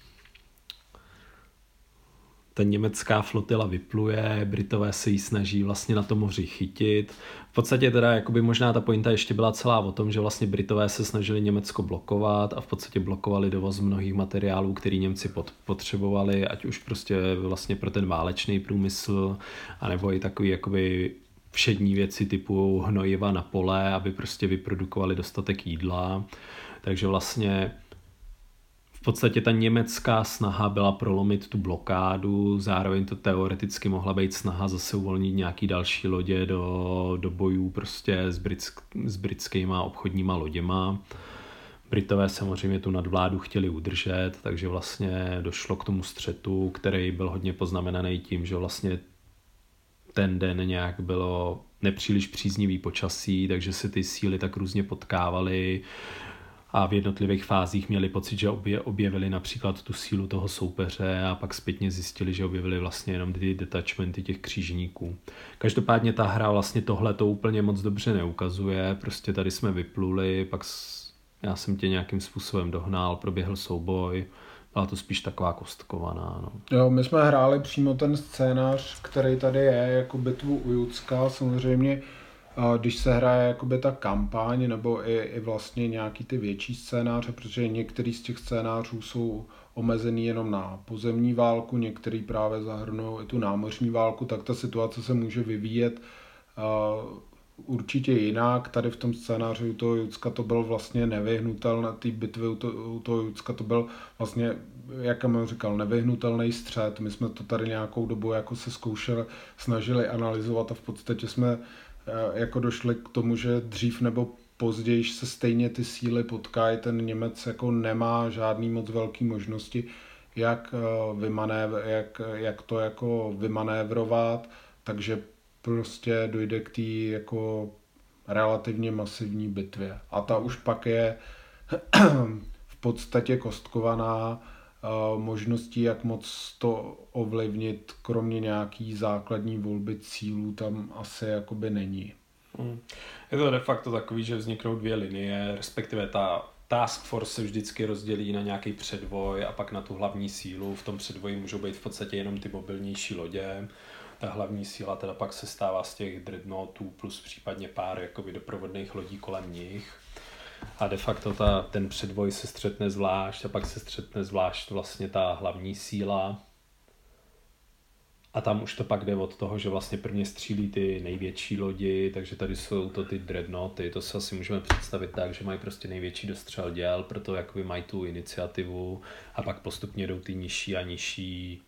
S2: německá flotila vypluje, Britové se jí snaží vlastně na to moři chytit. V podstatě teda jakoby možná ta pointa ještě byla celá o tom, že vlastně Britové se snažili Německo blokovat a v podstatě blokovali dovoz mnohých materiálů, který Němci potřebovali, ať už prostě vlastně pro ten válečný průmysl, anebo i takový jakoby všední věci typu hnojiva na pole, aby prostě vyprodukovali dostatek jídla. Takže vlastně v podstatě ta německá snaha byla prolomit tu blokádu, zároveň to teoreticky mohla být snaha zase uvolnit nějaký další lodě do bojů prostě s britskýma obchodníma loděma. Britové samozřejmě tu nadvládu chtěli udržet, takže vlastně došlo k tomu střetu, který byl hodně poznamenaný tím, že vlastně ten den nějak bylo nepříliš příznivý počasí, takže se ty síly tak různě potkávaly a v jednotlivých fázích měli pocit, že objevili například tu sílu toho soupeře a pak zpětně zjistili, že objevili vlastně jenom ty detachmenty těch křížníků. Každopádně ta hra vlastně tohle to úplně moc dobře neukazuje, prostě tady jsme vypluli, pak já jsem tě nějakým způsobem dohnal, proběhl souboj, byla to spíš taková kostkovaná. No.
S3: Jo, my jsme hráli přímo ten scénář, který tady je, jako bitvu u Jutska, samozřejmě, když se hraje jakoby ta kampaň, nebo i vlastně nějaký ty větší scénáře, protože některý z těch scénářů jsou omezený jenom na pozemní válku, některý právě zahrnou i tu námořní válku, tak ta situace se může vyvíjet určitě jinak. Tady v tom scénáři u toho Jutska to byl vlastně nevyhnutelné, ty bitvy u toho Jutska to byl vlastně, jak jsem říkal, nevyhnutelný střet. My jsme to tady nějakou dobu jako se snažili analyzovat a v podstatě jsme jako došli k tomu, že dřív nebo později se stejně ty síly potkají. Ten Němec jako nemá žádný moc velký možnosti, jak to jako vymanévrovat, takže prostě dojde k té jako relativně masivní bitvě. A ta už pak je v podstatě kostkovaná, možností, jak moc to ovlivnit, kromě nějaký základní volby cílů, tam asi jakoby není.
S2: Je to de facto takový, že vzniknou dvě linie, respektive ta task force se vždycky rozdělí na nějaký předvoj a pak na tu hlavní sílu. V tom předvoji můžou být v podstatě jenom ty mobilnější lodě. Ta hlavní síla teda pak se stává z těch dreadnoughtů plus případně pár jakoby doprovodných lodí kolem nich. A de facto ten předvoj se střetne zvlášť a pak se střetne zvlášť vlastně ta hlavní síla. A tam už to pak jde od toho, že vlastně prvně střílí ty největší lodi, takže tady jsou to ty dreadnoughty, to si asi můžeme představit tak, že mají prostě největší dostřel děl, proto jakoby mají tu iniciativu a pak postupně jdou ty nižší a nižší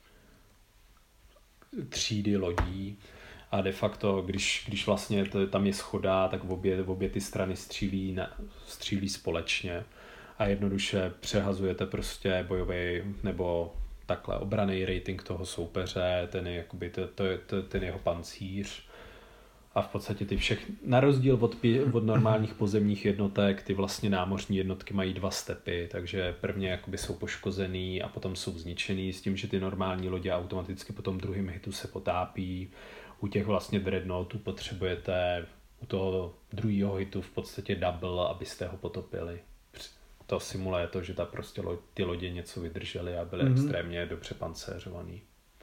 S2: třídy lodí. A de facto, když vlastně tam je shoda, tak obě ty strany střílí společně a jednoduše přehazujete prostě bojový nebo takhle obranný rating toho soupeře, ten je jakoby ten jeho pancíř. A v podstatě na rozdíl od normálních pozemních jednotek, ty vlastně námořní jednotky mají 2 stepy, takže prvně jakoby jsou poškozený a potom jsou zničený s tím, že ty normální lodě automaticky po tom druhém hitu se potápí. u těch vlastně dreadnoughtů potřebujete u toho druhého hitu v podstatě double, abyste ho potopili. To simuluje to, že prostě ty lodě něco vydržely a byly extrémně dobře pancéřovaný.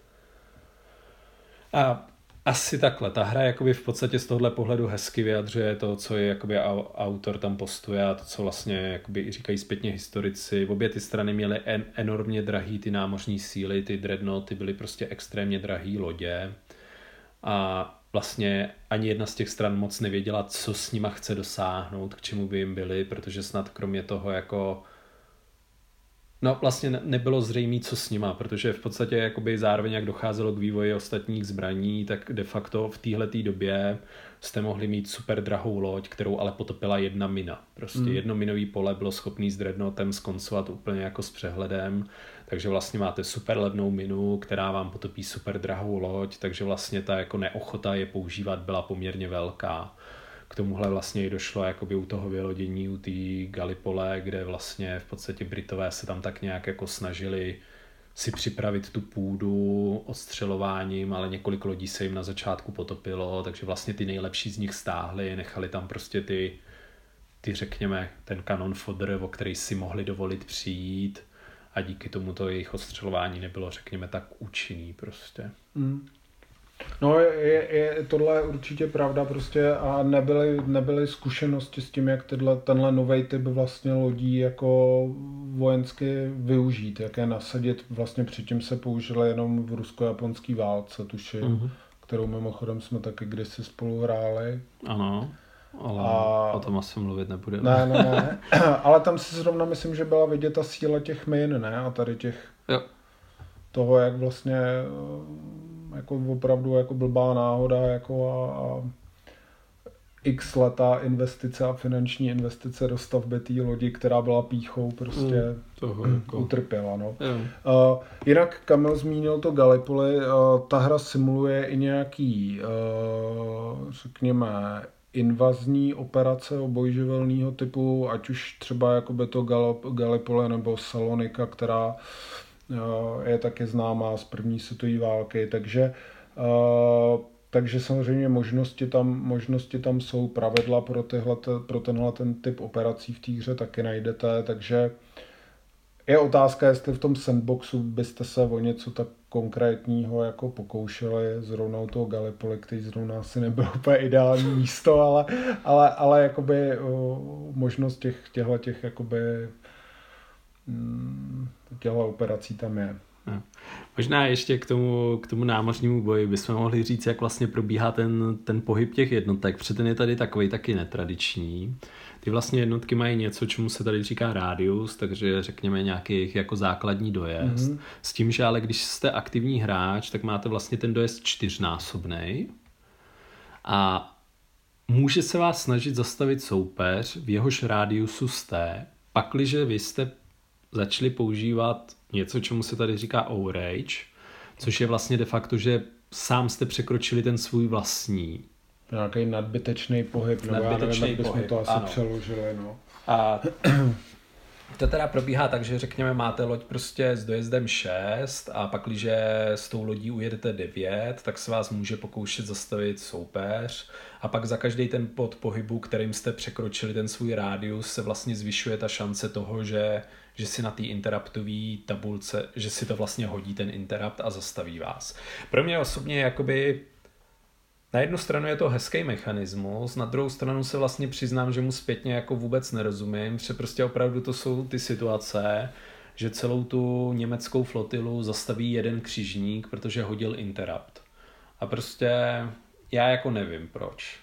S2: A asi takhle. Ta hra jakoby v podstatě z tohohle pohledu hezky vyjadřuje to, co je jakoby autor tam postuje a to, co vlastně jakoby i říkají zpětně historici. Obě ty strany měly enormně drahý ty námořní síly, ty dreadnoughty byly prostě extrémně drahý lodě a vlastně ani jedna z těch stran moc nevěděla, co s nima chce dosáhnout, k čemu by jim byly, protože snad kromě toho jako no vlastně nebylo zřejmé, co s nima, protože v podstatě jakoby zároveň jak docházelo k vývoji ostatních zbraní, tak de facto v téhletý době jste mohli mít super drahou loď, kterou ale potopila jedna mina. Prostě jedno minový pole bylo schopný s dreadnoughtem skoncovat úplně jako s přehledem, takže vlastně máte super levnou minu, která vám potopí super drahou loď, takže vlastně ta jako neochota je používat byla poměrně velká. K tomuhle vlastně i došlo jakoby u toho vylodění, u té Gallipole, kde vlastně v podstatě Britové se tam tak nějak jako snažili si připravit tu půdu odstřelováním, ale několik lodí se jim na začátku potopilo, takže vlastně ty nejlepší z nich stáhli, nechali tam prostě ty řekněme, ten kanon fodr, o který si mohli dovolit přijít a díky tomu to jejich odstřelování nebylo, řekněme, tak účinný prostě.
S3: No tohle je určitě pravda prostě a nebyly zkušenosti s tím, jak tenhle novej typ vlastně lodí jako vojensky využít, jak je nasadit. Vlastně předtím se použili jenom v rusko-japonské válce, tuším, kterou mimochodem jsme taky kdysi spolu hráli.
S2: Ano, ale o tom asi mluvit nebude.
S3: Ne. Ale tam si zrovna myslím, že byla vidět ta síla těch min, ne? A tady těch toho, jak vlastně jako opravdu jako blbá náhoda jako a x letá investice a finanční investice do stavby té lodi, která byla pýchou, prostě utrpěla. No. Jinak Kamil zmínil to Gallipoli, ta hra simuluje i nějaký, řekněme, invazní operace obojživelného typu, ať už třeba jakoby to Gallipoli nebo Salonika, která je taky známá z první světové války, takže samozřejmě možnosti tam jsou, pravidla pro tenhle ten typ operací v té hře taky najdete, takže je otázka, jestli v tom sandboxu byste se o něco tak konkrétního jako pokoušeli, zrovna u toho Gallipoli, který zrovna asi nebylo úplně ideální místo, ale jakoby možnost těch jakoby těchto operací tam je.
S2: Možná ještě k tomu námořnímu boji bychom mohli říct, jak vlastně probíhá ten pohyb těch jednotek, protože ten je tady takovej taky netradiční. Ty vlastně jednotky mají něco, čemu se tady říká rádius, takže řekněme nějaký jako základní dojezd. S tím, že ale když jste aktivní hráč, tak máte vlastně ten dojezd 4násobnej a může se vás snažit zastavit soupeř, v jehož rádiusu jste, pakliže vy jste začali používat něco, čemu se tady říká overage, což je vlastně de facto, že sám jste překročili ten svůj vlastní.
S3: Nějaký nadbytečný pohyb, nebo já nevím, jak bychom to asi přeložili. No.
S2: A to teda probíhá tak, že řekněme máte loď prostě s dojezdem 6 a pak, když s tou lodí ujedete 9, tak se vás může pokoušet zastavit soupeř a pak za každý ten bod pohybu, kterým jste překročili ten svůj rádius, se vlastně zvyšuje ta šance toho, že si na té interruptové tabulce, že si to vlastně hodí ten interrupt a zastaví vás. Pro mě osobně jakoby na jednu stranu je to hezký mechanismus, na druhou stranu se vlastně přiznám, že mu zpětně jako vůbec nerozumím, protože prostě opravdu to jsou ty situace, že celou tu německou flotilu zastaví jeden křižník, protože hodil interrupt. A prostě já jako nevím proč.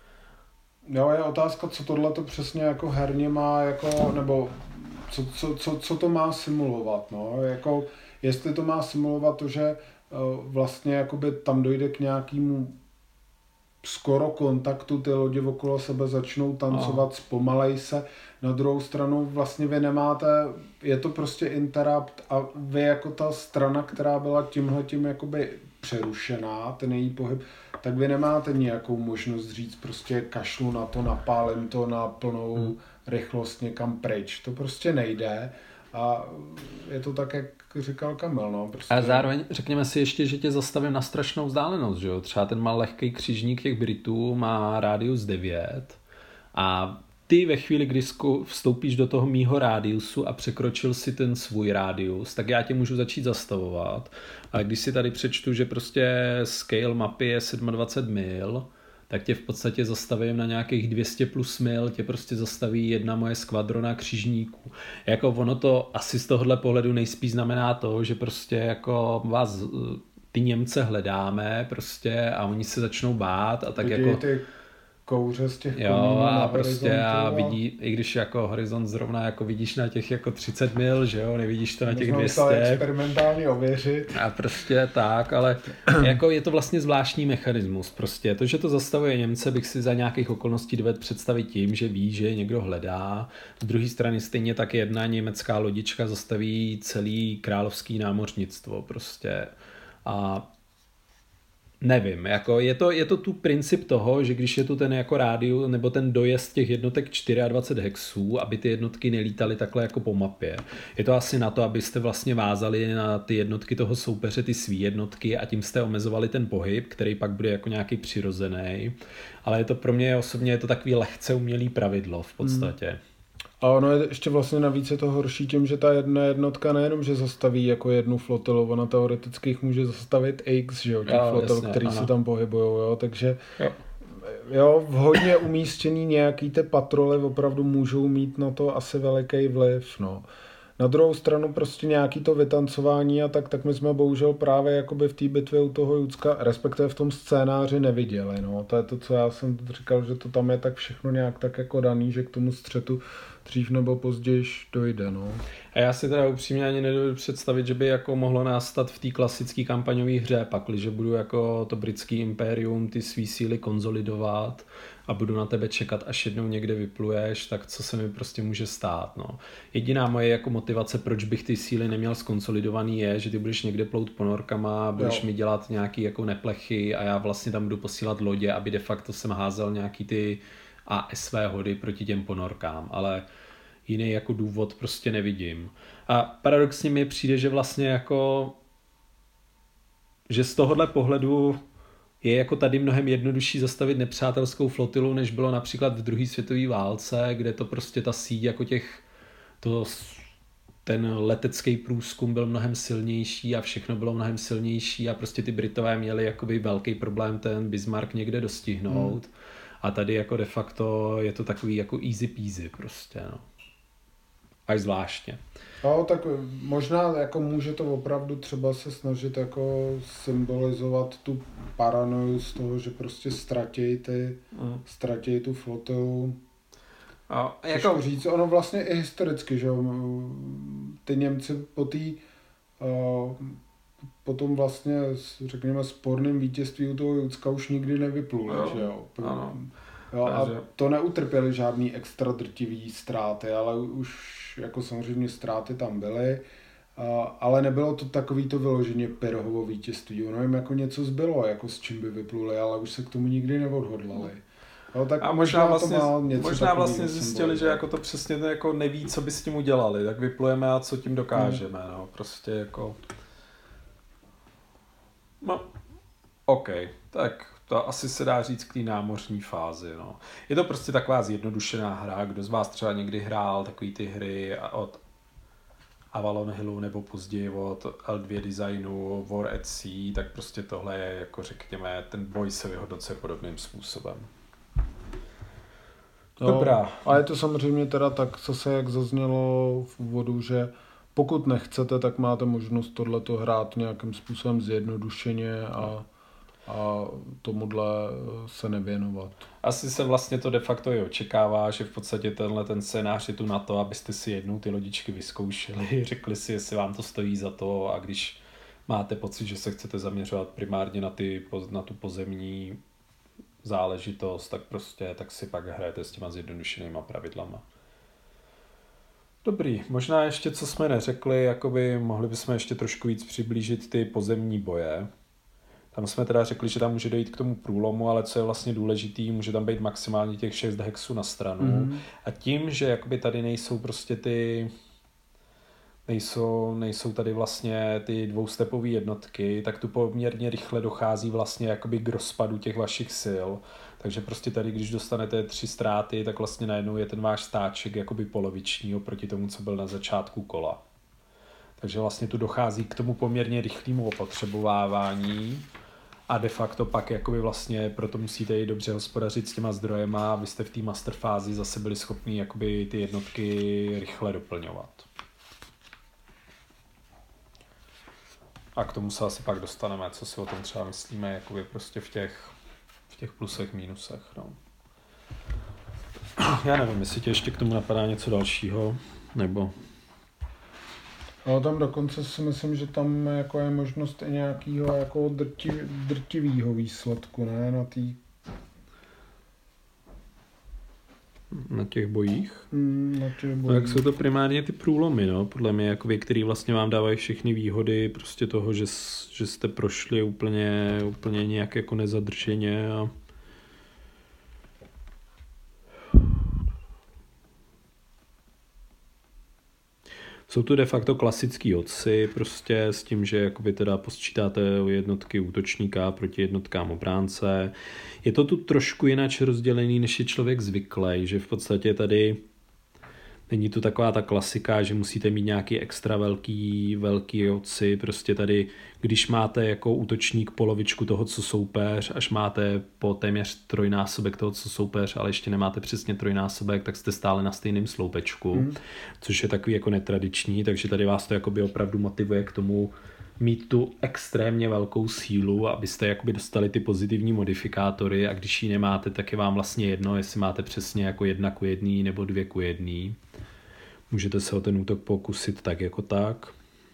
S3: Jo, je otázka, co tohle to přesně jako herně má, jako, nebo co to má simulovat, no, jako, jestli to má simulovat to, že vlastně jakoby tam dojde k nějakému skoro kontaktu, ty lodi okolo sebe začnou tancovat, zpomalej se, na druhou stranu vlastně vy nemáte, je to prostě interrupt a vy jako ta strana, která byla tímhletím jakoby přerušená, ten její pohyb, tak vy nemáte nějakou možnost říct prostě kašlu na to, napálím to na plnou rychlost někam pryč. To prostě nejde A je to tak, jak říkal Kamil, no. Prostě...
S2: A zároveň řekněme si ještě, že tě zastavím na strašnou vzdálenost, že jo? Třeba ten má lehký křižník těch Britů, má rádius 9 a ty ve chvíli, kdy vstoupíš do toho mýho rádiusu a překročil si ten svůj rádius, tak já tě můžu začít zastavovat. A když si tady přečtu, že prostě scale mapy je 27 mil, tak tě v podstatě zastavím na nějakých 200 plus mil, tě prostě zastaví jedna moje skvadrona křižníků. Jako ono to asi z tohohle pohledu nejspíš znamená to, že prostě jako vás ty Němce hledáme prostě a oni se začnou bát a tak
S3: vidí
S2: jako...
S3: ty kouře z těch
S2: jo, a prostě a vidí, i když jako horizont zrovna jako vidíš na těch jako 30 mil, že jo, nevidíš to na těch 200.
S3: Experimentálně ověřit.
S2: A prostě tak, ale jako je to vlastně zvláštní mechanismus prostě. To, že to zastavuje Němce, bych si za nějakých okolností dovedl představit tím, že ví, že někdo hledá. Z druhé strany stejně tak jedna německá lodička zastaví celý královský námořnictvo prostě. A nevím, jako je to tu princip toho, že když je tu ten jako rádius nebo ten dojezd těch jednotek 24 hexů, aby ty jednotky nelítaly takhle jako po mapě. Je to asi na to, abyste vlastně vázali na ty jednotky toho soupeře ty svý jednotky a tím jste omezovali ten pohyb, který pak bude jako nějaký přirozený. Ale je to pro mě osobně je to takový lehce umělý pravidlo v podstatě.
S3: A ono je ještě vlastně navíc je to horší tím, že ta jedna jednotka nejenom, že zastaví jako jednu flotilu, ona teoreticky jich může zastavit X, že jo, těch flotil, jasně, který se tam pohybujou, jo, takže jo, v hodně umístěný nějaký ty patroly opravdu můžou mít na to asi veliký vliv, no. Na druhou stranu prostě nějaký to vytancování a tak my jsme bohužel právě jakoby v té bitvě u toho Judska, respektive v tom scénáři neviděli, no. To je to, co já jsem říkal, že to tam je tak všechno nějak tak jako daný, že k tomu střetu dřív nebo později dojde, no.
S2: A já si teda upřímně ani nedovedu představit, že by jako mohlo nastat v té klasické kampaňové hře, pakliže budu jako to britský impérium ty svý síly konzolidovat a budu na tebe čekat, až jednou někde vypluješ, tak co se mi prostě může stát, no. Jediná moje jako motivace, proč bych ty síly neměl skonsolidovaný je, že ty budeš někde plout ponorkama, budeš mi dělat nějaký jako neplechy a já vlastně tam budu posílat lodě, aby de facto jsem házel nějaký ty ASV hody proti těm ponorkám, ale jiný jako důvod prostě nevidím. A paradoxně mi přijde, že vlastně jako že z tohohle pohledu je jako tady mnohem jednodušší zastavit nepřátelskou flotilu, než bylo například v druhé světové válce, kde to prostě ta síť jako ten letecký průzkum byl mnohem silnější a všechno bylo mnohem silnější a prostě ty Britové měli jakoby velký problém ten Bismarck někde dostihnout. A tady jako de facto je to takový jako easy peasy prostě, no. Až zvláštně.
S3: No, tak možná jako může to opravdu třeba se snažit jako symbolizovat tu paranoju z toho, že prostě ztratí tu flotilu.
S2: A
S3: jako říct, ono vlastně i historicky, že jo, ty Němci po tom vlastně, řekněme, sporným vítězství u toho Judska už nikdy nevypluli, že jo. Jo, a to neutrpěli žádný extra drtivý ztráty, ale už jako samozřejmě ztráty tam byly, ale nebylo to takový to vyloženě Pyrrhovo vítězství. Ono jim jako něco zbylo, jako s čím by vypluli, ale už se k tomu nikdy neodhodlali. No, tak
S2: a možná vlastně zjistili, že jako to přesně jako neví, co by s tím udělali, tak vyplujeme a co tím dokážeme, no, prostě jako... No, OK, tak to asi se dá říct k té námořní fázi, no. Je to prostě taková zjednodušená hra, kdo z vás třeba někdy hrál takový ty hry od Avalon Hillu nebo později od L2 Designu, War at Sea, tak prostě tohle je jako řekněme, ten boj se vyhodnocuje podobným způsobem. Dobrá.
S3: No, a je to samozřejmě teda tak, zase jak zaznělo v úvodu, že pokud nechcete, tak máte možnost tohleto hrát nějakým způsobem zjednodušeně a tomuhle se nevěnovat.
S2: Asi se vlastně to de facto i očekává, že v podstatě ten scénář je tu na to, abyste si jednou ty lodičky vyzkoušeli, řekli si, jestli vám to stojí za to a když máte pocit, že se chcete zaměřovat primárně na tu pozemní záležitost, tak si pak hrajete s těma zjednodušenýma pravidlama. Dobrý, možná ještě co jsme neřekli, jakoby mohli bychom ještě trošku víc přiblížit ty pozemní boje. Tam jsme teda řekli, že tam může dojít k tomu průlomu, ale co je vlastně důležitý, může tam být maximálně těch 6 hexů na stranu. A tím, že jakoby tady nejsou prostě ty nejsou tady vlastně ty dvoustepové jednotky, tak tu poměrně rychle dochází vlastně jakoby k rozpadu těch vašich sil. Takže prostě tady, když dostanete 3 ztráty, tak vlastně najednou je ten váš stáček jakoby poloviční oproti tomu, co byl na začátku kola. Takže vlastně tu dochází k tomu poměrně rychlému opotřebovávání a de facto pak jakoby vlastně proto musíte i dobře hospodařit s těma zdrojema, abyste v té master fázi zase byli schopni jakoby ty jednotky rychle doplňovat. A k tomu se asi pak dostaneme, co si o tom třeba myslíme, jakoby prostě v těch plusech, mínusech. No. Já nevím, jestli tě ještě k tomu napadá něco dalšího, nebo...
S3: Ale tam dokonce si myslím, že tam jako je možnost i nějakého jako drtivého výsledku, ne?
S2: Na těch bojích?
S3: Na těch bojích.
S2: No, jak jsou to primárně ty průlomy, no? Podle mě, jakoby, který vlastně vám dávají všechny výhody prostě toho, že jste prošli úplně nějak jako nezadrženě a jsou to de facto klasický odsy, prostě s tím, že jakoby teda posčítáte jednotky útočníka proti jednotkám obránce. Je to tu trošku jinak rozdělený, než je člověk zvyklý, že v podstatě tady není tu taková ta klasika, že musíte mít nějaký extra velký odsy, prostě tady, když máte jako útočník polovičku toho, co soupeř, až máte po téměř trojnásobek toho, co soupeř, ale ještě nemáte přesně trojnásobek, tak jste stále na stejném sloupečku, což je takový jako netradiční, takže tady vás to jakoby opravdu motivuje k tomu mít tu extrémně velkou sílu, abyste jakoby dostali ty pozitivní modifikátory a když ji nemáte, tak je vám vlastně jedno, jestli máte přesně jako 1:1 nebo 2:1. Můžete se o ten útok pokusit tak jako tak.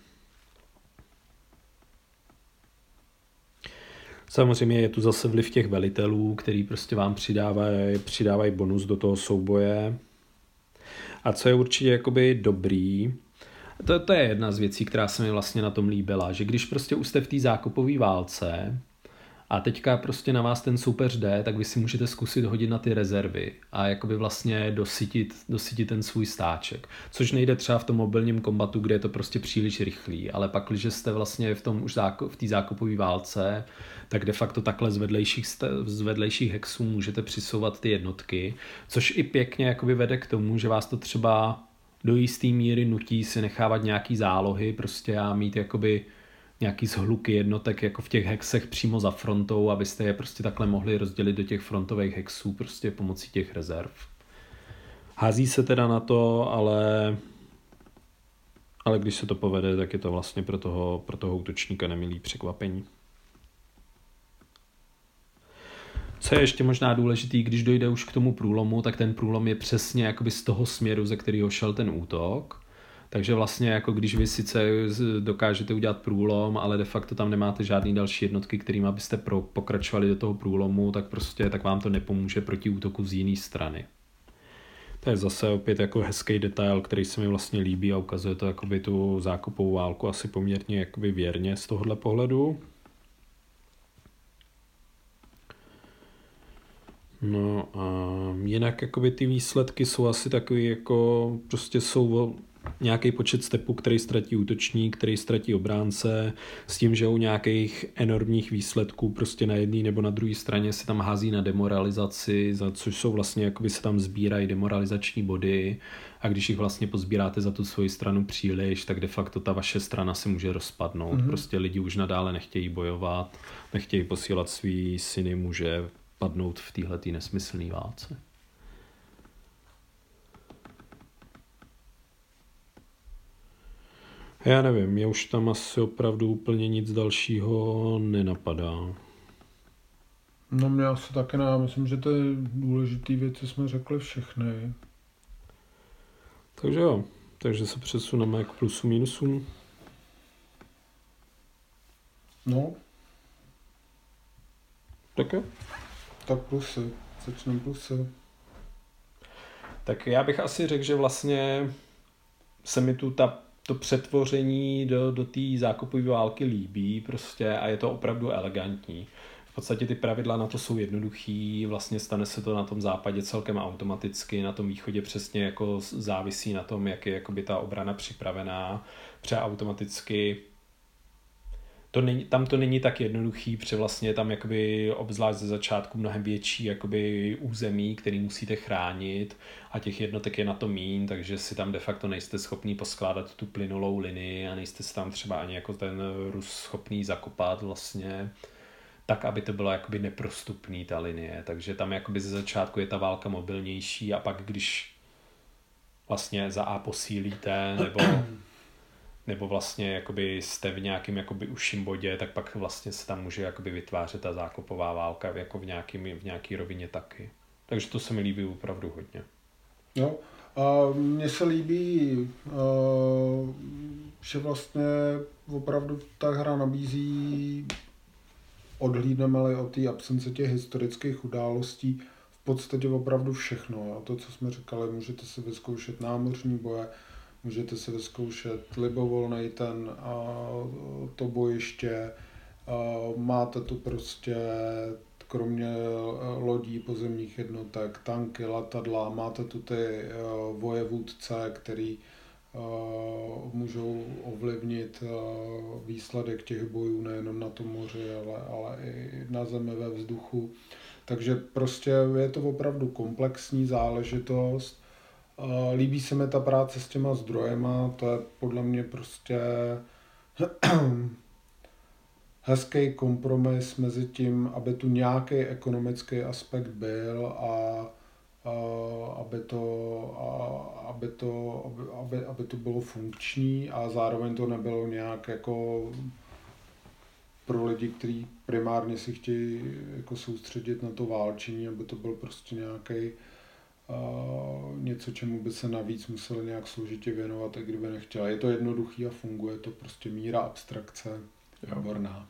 S2: Samozřejmě je tu zase vliv těch velitelů, který prostě vám přidávají bonus do toho souboje. A co je určitě jakoby dobrý, to je jedna z věcí, která se mi vlastně na tom líbila, že když prostě už jste v té zákopové válce a teďka prostě na vás ten soupeř jde, tak vy si můžete zkusit hodit na ty rezervy a jakoby vlastně dosytit ten svůj stáček. Což nejde třeba v tom mobilním kombatu, kde je to prostě příliš rychlý, ale pak, když jste vlastně v té zákopové válce, tak de facto takhle z vedlejších hexů můžete přisouvat ty jednotky, což i pěkně jakoby vede k tomu, že vás to třeba do jisté míry nutí si nechávat nějaký zálohy prostě a mít jakoby nějaký shluky jednotek jako v těch hexech přímo za frontou, abyste je prostě takhle mohli rozdělit do těch frontových hexů prostě pomocí těch rezerv. Hází se teda na to, ale když se to povede, tak je to vlastně pro toho útočníka nemilý překvapení. Co je ještě možná důležitý, když dojde už k tomu průlomu, tak ten průlom je přesně jakoby z toho směru, ze kterého šel ten útok. Takže vlastně jako když vy sice dokážete udělat průlom, ale de facto tam nemáte žádný další jednotky, kterým byste pokračovali do toho průlomu, tak vám to nepomůže proti útoku z jiné strany. To je zase opět jako hezký detail, který se mi vlastně líbí a ukazuje to jakoby tu zákopovou válku asi poměrně jakoby věrně z tohohle pohledu. No a jinak jakoby ty výsledky jsou asi takový jako prostě jsou nějaký počet stepů, který ztratí útočník, který ztratí obránce, s tím, že u nějakých enormních výsledků prostě na jedné nebo na druhé straně se tam hází na demoralizaci, za což jsou vlastně jakoby se tam sbírají demoralizační body a když jich vlastně pozbíráte za tu svoji stranu příliš, tak de facto ta vaše strana se může rozpadnout. Prostě lidi už nadále nechtějí bojovat, nechtějí posílat svý syny, muže padnout v téhletý nesmyslný válce. Já nevím, mě už tam asi opravdu úplně nic dalšího nenapadá.
S3: No mě asi taky ne, myslím, že to je důležitý věci, jsme řekli všechny.
S2: Takže jo, takže se přesuneme k plusu minusům.
S3: No.
S2: Tak jo.
S3: Tak plusy, začneme plusy.
S2: Tak já bych asi řekl, že vlastně se mi tu to přetvoření do té zákopové války líbí prostě a je to opravdu elegantní. V v podstatě ty pravidla na to jsou jednoduchý, vlastně stane se to na tom západě celkem automaticky, na tom východě přesně jako závisí na tom, jak je jakoby ta obrana připravená, protože automaticky tam to není tak jednoduchý, protože vlastně tam jakoby obzvlášť ze začátku mnohem větší jakoby území, který musíte chránit a těch jednotek je na to míň, takže si tam de facto nejste schopný poskládat tu plynulou linii a nejste si tam třeba ani jako ten Rus schopný zakopat vlastně tak, aby to bylo jakoby neprostupný ta linie, takže tam jakoby ze začátku je ta válka mobilnější a pak když vlastně za A posílíte nebo vlastně jakoby jste v nějakém jakoby užším bodě, tak pak vlastně se tam může jakoby vytvářet ta zákopová válka jako v nějaký rovině taky. Takže to se mi líbí opravdu hodně.
S3: Jo, a mně se líbí, že vlastně opravdu ta hra nabízí, odhlídneme-li od té absence těch historických událostí, v podstatě opravdu všechno. Jo. To, co jsme říkali, můžete si vyzkoušet námořní boje, můžete si vyzkoušet libovolnej to bojiště, máte tu prostě kromě lodí pozemních jednotek, tanky, letadla, máte tu ty vojevůdce, který můžou ovlivnit výsledek těch bojů nejenom na tom moři, ale i na zemi, ve vzduchu. Takže prostě je to opravdu komplexní záležitost. Líbí se mi ta práce s těma zdrojema, to je podle mě prostě hezký kompromis mezi tím, aby tu nějaký ekonomický aspekt byl a aby to bylo funkční a zároveň to nebylo nějak jako pro lidi, kteří primárně si chtějí jako soustředit na to válčení, aby to byl prostě nějaký něco, čemu by se navíc museli nějak složitě věnovat, i kdyby nechtěla. Je to jednoduchý a funguje to prostě míra abstrakce. Výborná.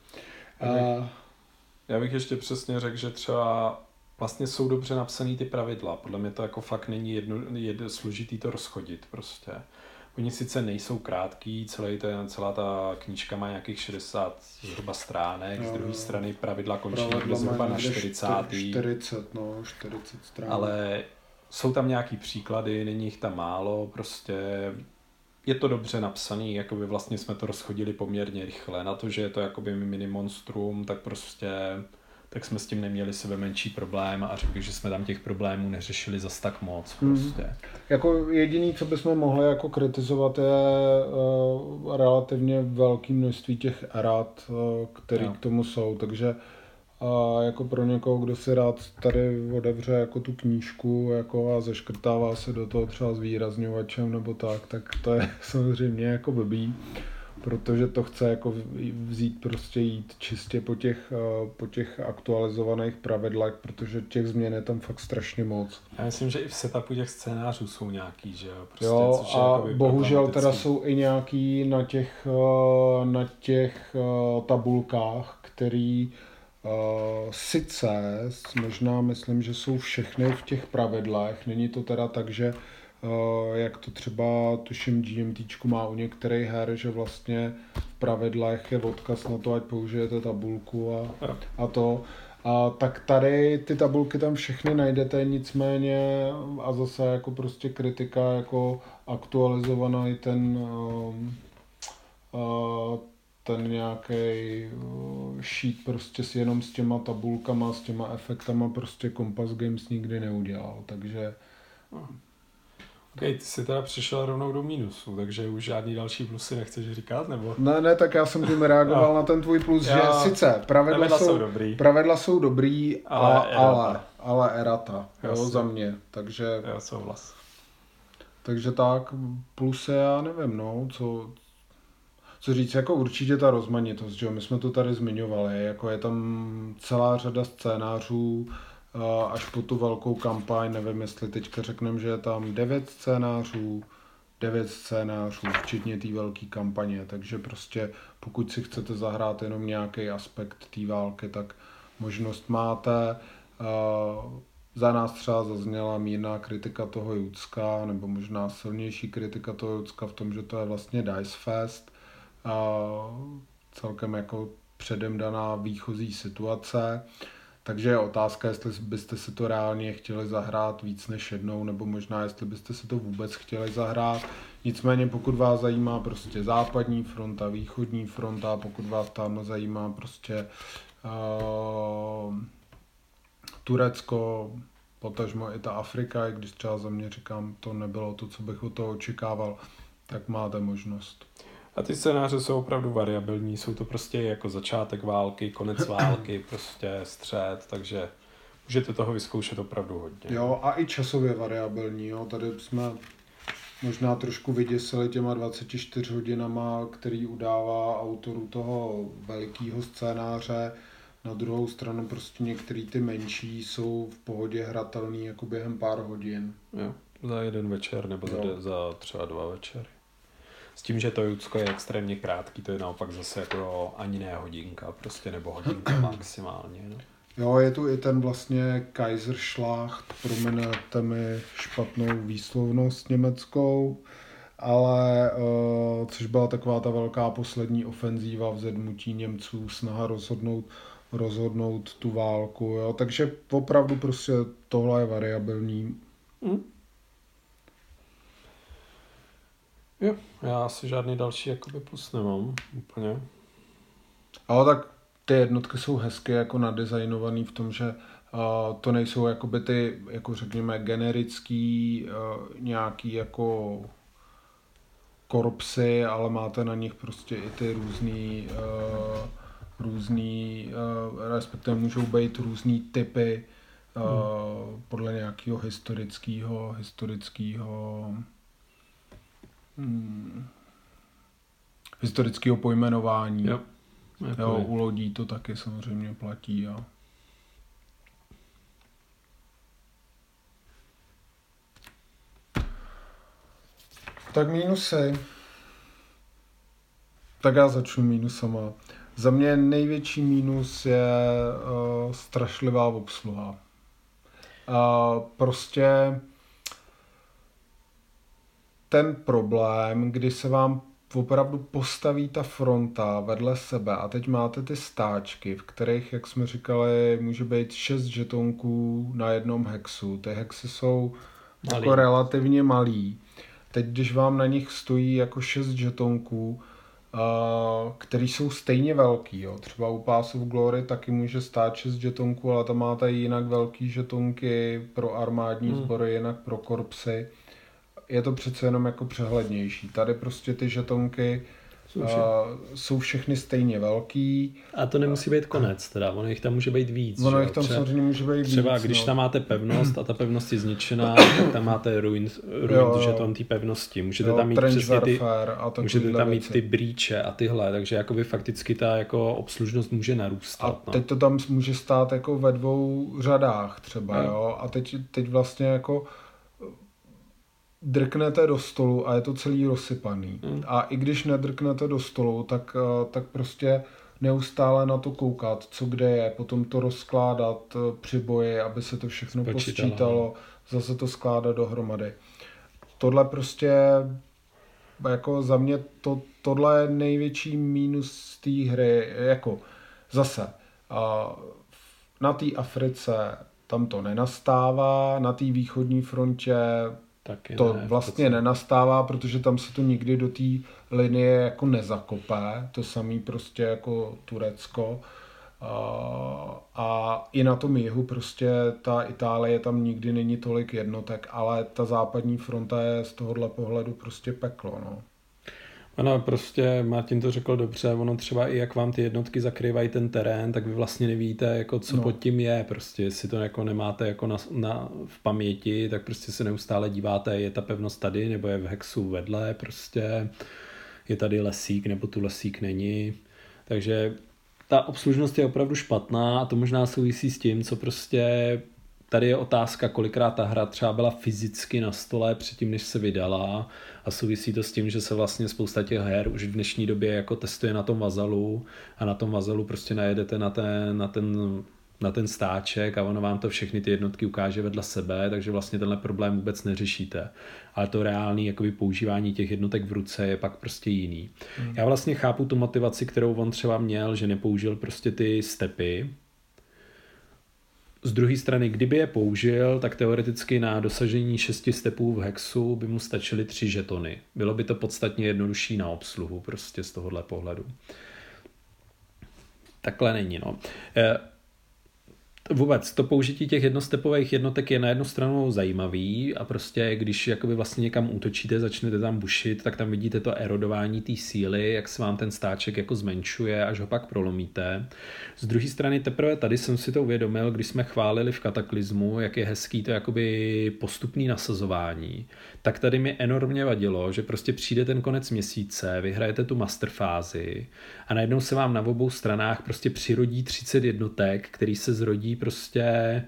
S2: Já bych ještě přesně řekl, že třeba vlastně jsou dobře napsaný ty pravidla. Podle mě to jako fakt není složitý to rozchodit prostě. Oni sice nejsou krátký, celá ta knížka má nějakých 60 zhruba stránek, z druhé strany pravidla končí někde zhruba na 40.
S3: 40 stran.
S2: Ale jsou tam nějaký příklady, není jich tam málo, prostě je to dobře napsaný, jakoby vlastně jsme to rozchodili poměrně rychle. Na to, že je to jakoby mini monstrum, tak jsme s tím neměli sebe menší problém a řekl bych, že jsme tam těch problémů neřešili zas tak moc prostě.
S3: Jako jediný, co bychom mohli jako kritizovat, je relativně velké množství těch errat, které k tomu jsou, takže jako pro někoho, kdo si rád tady otevře jako tu knížku jako a zaškrtává se do toho třeba zvýrazňovačem nebo tak to je samozřejmě jako blbý, protože to chce jako vzít prostě jít čistě po těch aktualizovaných pravidlech, protože těch změn je tam fakt strašně moc.
S2: Já myslím, že i v setupu těch scénářů jsou nějaký, že jo? Prostě,
S3: jo, a bohužel teda jsou i nějaký na těch tabulkách, který sice možná myslím, že jsou všechny v těch pravidlech, není to teda tak, že jak to třeba tuším GMTčku má u některých her, že vlastně v pravidlech je odkaz na to, ať použijete tabulku a to. Tak tady ty tabulky tam všechny najdete, nicméně a zase jako prostě kritika jako aktualizovaný ten nějaký sheet prostě jenom s těma tabulkama, s těma efektama prostě Compass Games nikdy neudělal, takže...
S2: OK, ty jsi teda přišel rovnou do mínusu, takže už žádný další plusy nechceš říkat, nebo?
S3: Ne, tak já jsem tím reagoval na ten tvůj plus, že sice pravidla jsou dobrý, ale errata, jo, za mě, takže...
S2: Já souhlas.
S3: Takže tak, plusy já nevím, no, co říct, jako určitě ta rozmanitost, že jo, my jsme to tady zmiňovali, jako je tam celá řada scénářů, až po tu velkou kampaň, nevím, jestli teďka řekneme, že je tam 9 scénářů, včetně té velké kampaně, takže prostě pokud si chcete zahrát jenom nějaký aspekt té války, tak možnost máte. Za nás třeba zazněla mírná kritika toho Judska, nebo možná silnější kritika toho Judska v tom, že to je vlastně Dice Fest. Celkem jako předem daná výchozí situace. Takže je otázka, jestli byste si to reálně chtěli zahrát víc než jednou, nebo možná jestli byste si to vůbec chtěli zahrát. Nicméně pokud vás zajímá prostě západní fronta, východní fronta, pokud vás tam zajímá prostě Turecko, potažmo i ta Afrika, i když třeba za mě říkám, to nebylo to, co bych od toho očekával, tak máte možnost.
S2: A ty scénáře jsou opravdu variabilní, jsou to prostě jako začátek války, konec války, prostě střed, takže můžete toho vyzkoušet opravdu hodně.
S3: Jo, a i časově variabilní, jo, tady jsme možná trošku vyděsili těma 24 hodinama, který udává autoru toho velikého scénáře. Na druhou stranu prostě některý ty menší jsou v pohodě hratelný jako během pár hodin.
S2: Jo, za jeden večer nebo za třeba 2 večery. S tím, že to Judsko je extrémně krátký, to je naopak zase jako ani ne hodinka, prostě nebo hodinka maximálně. No.
S3: Jo, je tu i ten vlastně Kaiserschlacht, prominete mi špatnou výslovnost německou, ale což byla taková ta velká poslední ofenzíva vzedmutí Němců, snaha rozhodnout tu válku, jo, takže opravdu prostě tohle je variabilní.
S2: Jo, já asi žádný další jakoby plus nemám úplně.
S3: Ale tak ty jednotky jsou hezky jako nadizajnovaný v tom, že to nejsou jakoby ty, jako řekněme, generický nějaký jako korpsy, ale máte na nich prostě i ty různý, respektive můžou být různý typy podle nějakého historického pojmenování.
S2: Jo.
S3: Jo, u lodí to taky samozřejmě platí. Jo. Tak mínusy. Tak já začnu mínusama. Za mě největší mínus je strašlivá obsluha. Prostě ten problém, kdy se vám opravdu postaví ta fronta vedle sebe a teď máte ty stáčky, v kterých, jak jsme říkali, může být 6 žetonků na jednom hexu. Ty hexy jsou jako relativně malý. Teď, když vám na nich stojí jako 6 žetonků, který jsou stejně velký, jo. Třeba u Pass of Glory taky může stát 6 žetonků, ale tam máte jinak velký žetonky pro armádní sbory, jinak pro korpsy. Je to přece jenom jako přehlednější. Tady prostě ty žetonky jsou všechny stejně velký.
S2: A to nemusí být konec teda, ono jich tam může být víc.
S3: Ono jich tam samozřejmě může být víc.
S2: Třeba když tam máte pevnost a ta pevnost je zničená, tak tam máte ruined žeton té pevnosti. Můžete tam mít přesně ty brýče a tyhle, takže jakoby fakticky ta jako obslužnost může narůstat.
S3: A teď to tam může stát jako ve 2 řadách třeba, jo. A teď vlastně jako drknete do stolu a je to celý rozsypaný. A i když nedrknete do stolu, tak prostě neustále na to koukat, co kde je, potom to rozkládat při boji, aby se to všechno posčítalo, zase to skládat dohromady. Tohle prostě, jako za mě, tohle je největší mínus té hry, jako zase, na té Africe tam to nenastává, na té východní frontě to vlastně nenastává, protože tam se to nikdy do té linie jako nezakopé, to samý prostě jako Turecko. A i na tom jihu prostě ta Itálie tam nikdy není tolik jednotek, ale ta západní fronta je z tohohle pohledu prostě peklo, no.
S2: Ano, prostě Martin to řekl dobře, ono třeba i jak vám ty jednotky zakrývají ten terén, tak vy vlastně nevíte, jako co pod tím je, prostě jestli to jako nemáte jako v paměti, tak prostě se neustále díváte, je ta pevnost tady, nebo je v hexu vedle, prostě je tady lesík, nebo tu lesík není, takže ta obslužnost je opravdu špatná a to možná souvisí s tím, co prostě tady je otázka, kolikrát ta hra třeba byla fyzicky na stole předtím, než se vydala a souvisí to s tím, že se vlastně spousta těch her už v dnešní době jako testuje na tom vazalu a na tom vazalu prostě najedete na na ten stáček a ono vám to všechny ty jednotky ukáže vedle sebe, takže vlastně tenhle problém vůbec neřešíte. Ale to reálné jakoby používání těch jednotek v ruce je pak prostě jiný. Já vlastně chápu tu motivaci, kterou on třeba měl, že nepoužil prostě ty stepy. Z druhé strany, kdyby je použil, tak teoreticky na dosažení 6 stepů v hexu by mu stačily 3 žetony. Bylo by to podstatně jednodušší na obsluhu prostě z tohohle pohledu. Takhle není, no. Vůbec to použití těch jednostepových jednotek je na jednu stranu zajímavý a prostě když jakoby vlastně někam útočíte, začnete tam bušit, tak tam vidíte to erodování té síly, jak se vám ten stáček jako zmenšuje, až ho pak prolomíte. Z druhé strany teprve tady jsem si to uvědomil, když jsme chválili v Kataklizmu, jak je hezký to jakoby postupný nasazování, tak tady mi enormně vadilo, že prostě přijde ten konec měsíce, vyhrajete tu masterfázi a najednou se vám na obou stranách prostě přirodí 30 jednotek, který se zrodí prostě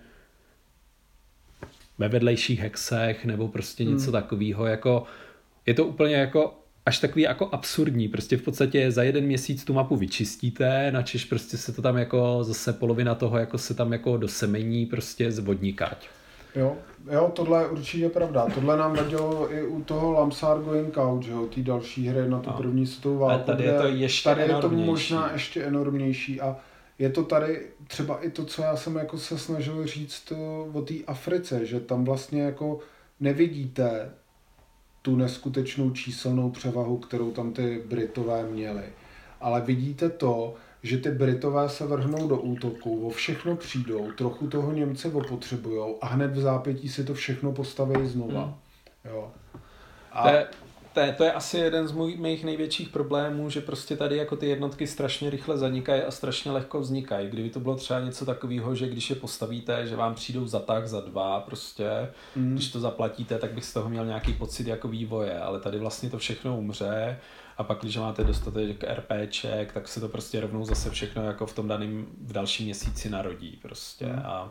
S2: ve vedlejších hexech nebo prostě něco takového, jako je to úplně jako až takový jako absurdní, prostě v podstatě za jeden měsíc tu mapu vyčistíte, načež prostě se to tam jako zase polovina toho jako se tam jako dosemení prostě zvodníkať.
S3: Jo, tohle je určitě pravda. Tohle nám vadilo i u toho Lamsar Going Out, že jo, té další hry na tu první světovou válku.
S2: Tady je to ještě
S3: tady
S2: enormnější.
S3: je to možná ještě enormnější a je to tady třeba i to, co já jsem jako se snažil říct o té Africe, že tam vlastně jako nevidíte tu neskutečnou číselnou převahu, kterou tam ty Britové měli. Ale vidíte to, že ty Britové se vrhnou do útoku, o všechno přijdou, trochu toho Němce opotřebujou a hned v zápětí si to všechno postaví znova. Jo.
S2: A to je asi jeden z mých největších problémů, že prostě tady jako ty jednotky strašně rychle zanikají a strašně lehko vznikají. Kdyby to bylo třeba něco takového, že když je postavíte, že vám přijdou za tak, za 2 prostě, když to zaplatíte, tak bych z toho měl nějaký pocit jako vývoje, ale tady vlastně to všechno umře a pak, když máte dostatek RPček, tak se to prostě rovnou zase všechno jako v dalším měsíci narodí prostě a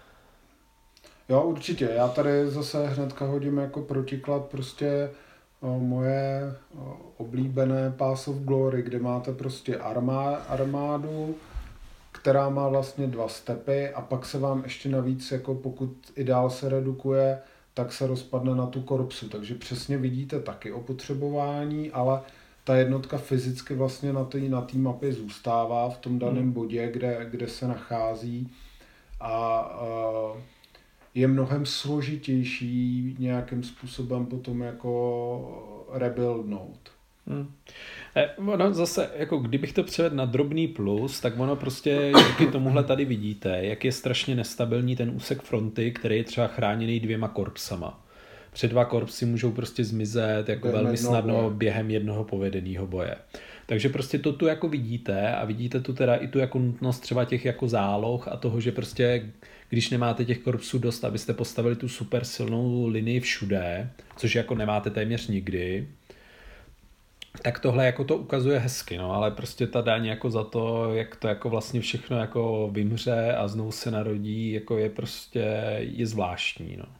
S3: jo, určitě. Já tady zase hnedka hodím jako protiklad prostě moje oblíbené Path of Glory, kde máte prostě armádu, která má vlastně 2 stepy a pak se vám ještě navíc, jako pokud i dál se redukuje, tak se rozpadne na tu korpsu. Takže přesně vidíte taky opotřebování, ale ta jednotka fyzicky vlastně na té mapě zůstává v tom daném bodě, kde se nachází a je mnohem složitější nějakým způsobem potom jako rebuildnout.
S2: Ono zase, jako kdybych to převedl na drobný plus, tak ono prostě díky tomuhle tady vidíte, jak je strašně nestabilní ten úsek fronty, který je třeba chráněný 2 korpsama. Před 2 korpsy můžou prostě zmizet jako velmi snadno během jednoho povedeného boje. Takže prostě to tu jako vidíte a vidíte tu teda i tu jako nutnost třeba těch jako záloh a toho, že prostě když nemáte těch korpsů dost, abyste postavili tu super silnou linii všude, což jako nemáte téměř nikdy, tak tohle jako to ukazuje hezky, no, ale prostě ta daň jako za to, jak to jako vlastně všechno jako vymře a znovu se narodí, jako je prostě, je zvláštní, no.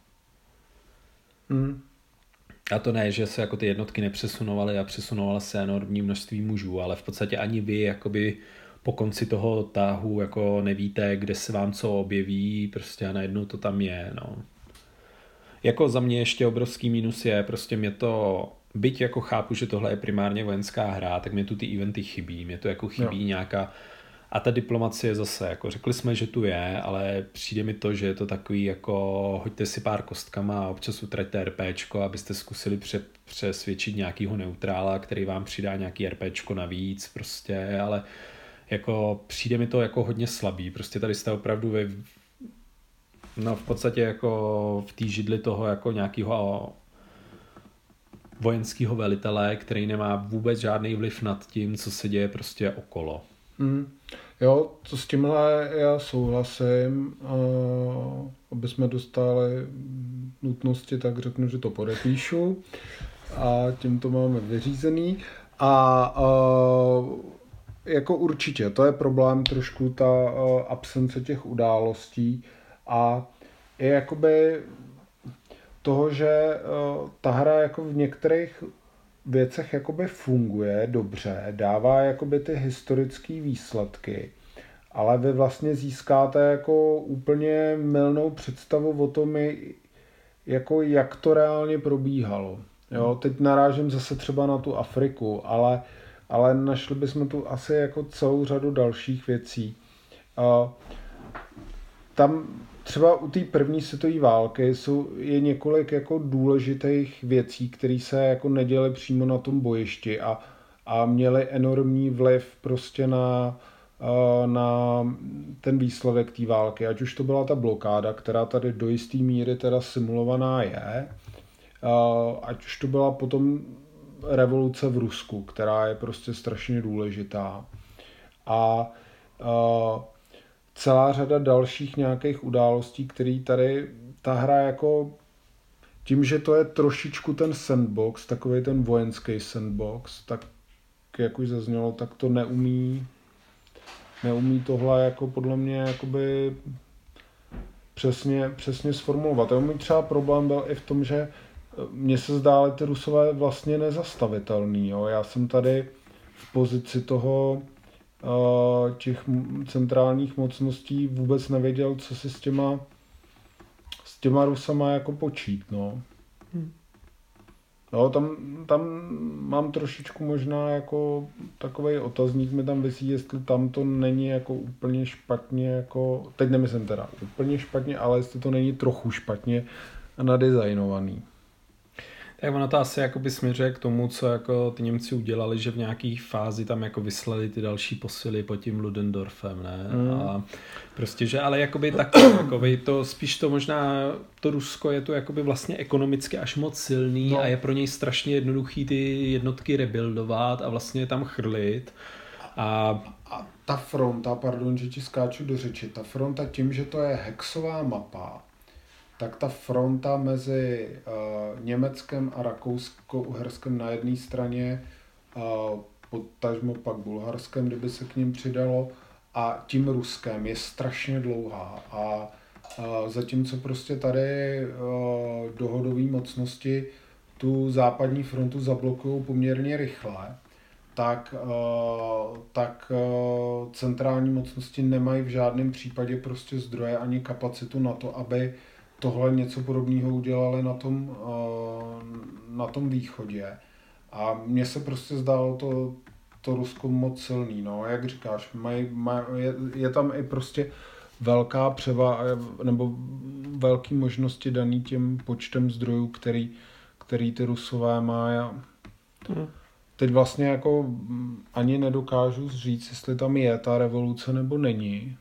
S2: A to ne, že se jako ty jednotky nepřesunovaly a přesunovala se enormní množství mužů, ale v podstatě ani vy jakoby po konci toho tahu jako nevíte, kde se vám co objeví, prostě a najednou to tam je, no. Jako za mě ještě obrovský mínus je, prostě mě to, byť jako chápu, že tohle je primárně vojenská hra, tak mě tu ty eventy chybí, mě to jako chybí nějaká. A ta diplomacie zase, jako řekli jsme, že tu je, ale přijde mi to, že je to takový jako hoďte si pár kostkama a občas utraťte RPčko, abyste zkusili přesvědčit nějakýho neutrála, který vám přidá nějaký RPčko navíc prostě, ale jako přijde mi to jako hodně slabý, prostě tady jste opravdu v podstatě jako v té židli toho jako nějakého vojenského velitele, který nemá vůbec žádný vliv nad tím, co se děje prostě okolo.
S3: Jo, to s tímhle já souhlasím. Aby jsme dostali nutnosti, tak řeknu, že to podepíšu. A tím to máme vyřízený. Jako určitě, to je problém trošku ta absence těch událostí a je jakoby toho, že ta hra jako v některých věcech jakoby funguje dobře, dává jakoby ty historické výsledky, ale vy vlastně získáte jako úplně mylnou představu o tom, jako jak to reálně probíhalo. Jo, teď narážím zase třeba na tu Afriku, ale našli bychom tu asi jako celou řadu dalších věcí. Tam třeba u té první světové války je několik jako důležitých věcí, které se jako neděly přímo na tom bojišti a měly enormní vliv prostě na ten výsledek té války. Ať už to byla ta blokáda, která tady do jisté míry teda simulovaná je, ať už to byla potom revoluce v Rusku, která je prostě strašně důležitá. A celá řada dalších nějakých událostí, které tady ta hra jako tím, že to je trošičku ten sandbox, takový ten vojenský sandbox, tak jak už zaznělo, tak to neumí tohle jako podle mě jakoby přesně sformulovat. A můj třeba problém byl i v tom, že mně se zdály ty Rusové vlastně nezastavitelný. Jo. Já jsem tady v pozici toho těch centrálních mocností vůbec nevěděl, co si s těma Rusama jako počít. No. No, tam mám trošičku možná jako takovej otazník mi tam visí, jestli tam to není jako úplně špatně, jako, teď nemyslím teda úplně špatně, ale jestli to není trochu špatně nadizajnovaný.
S2: Tak ono to asi jakoby směřuje k tomu, co jako ty Němci udělali, že v nějaký fázi tam jako vyslali ty další posily pod tím Ludendorffem, ne? A prostě, že ale jakoby takovej to, spíš to možná, to Rusko je to jakoby vlastně ekonomicky až moc silný a je pro něj strašně jednoduchý ty jednotky rebuildovat a vlastně tam chrlit. A
S3: ta fronta, pardon, že ti skáču do řeči, ta fronta tím, že to je hexová mapa, tak ta fronta mezi Německem a Rakousko-Uherskem na jedné straně, potažmo pak Bulharskem, kdyby se k ním přidalo, a tím Ruskem je strašně dlouhá. A zatímco prostě tady dohodové mocnosti tu západní frontu zablokují poměrně rychle, tak centrální mocnosti nemají v žádném případě prostě zdroje ani kapacitu na to, aby tohle něco podobného udělali na tom východě. A mně se prostě zdálo to Rusko moc silný. No. Jak říkáš, je tam i prostě velká převaha nebo velké možnosti daný tím počtem zdrojů, který ty Rusové mají. Teď vlastně jako ani nedokážu říct, jestli tam je ta revoluce nebo není.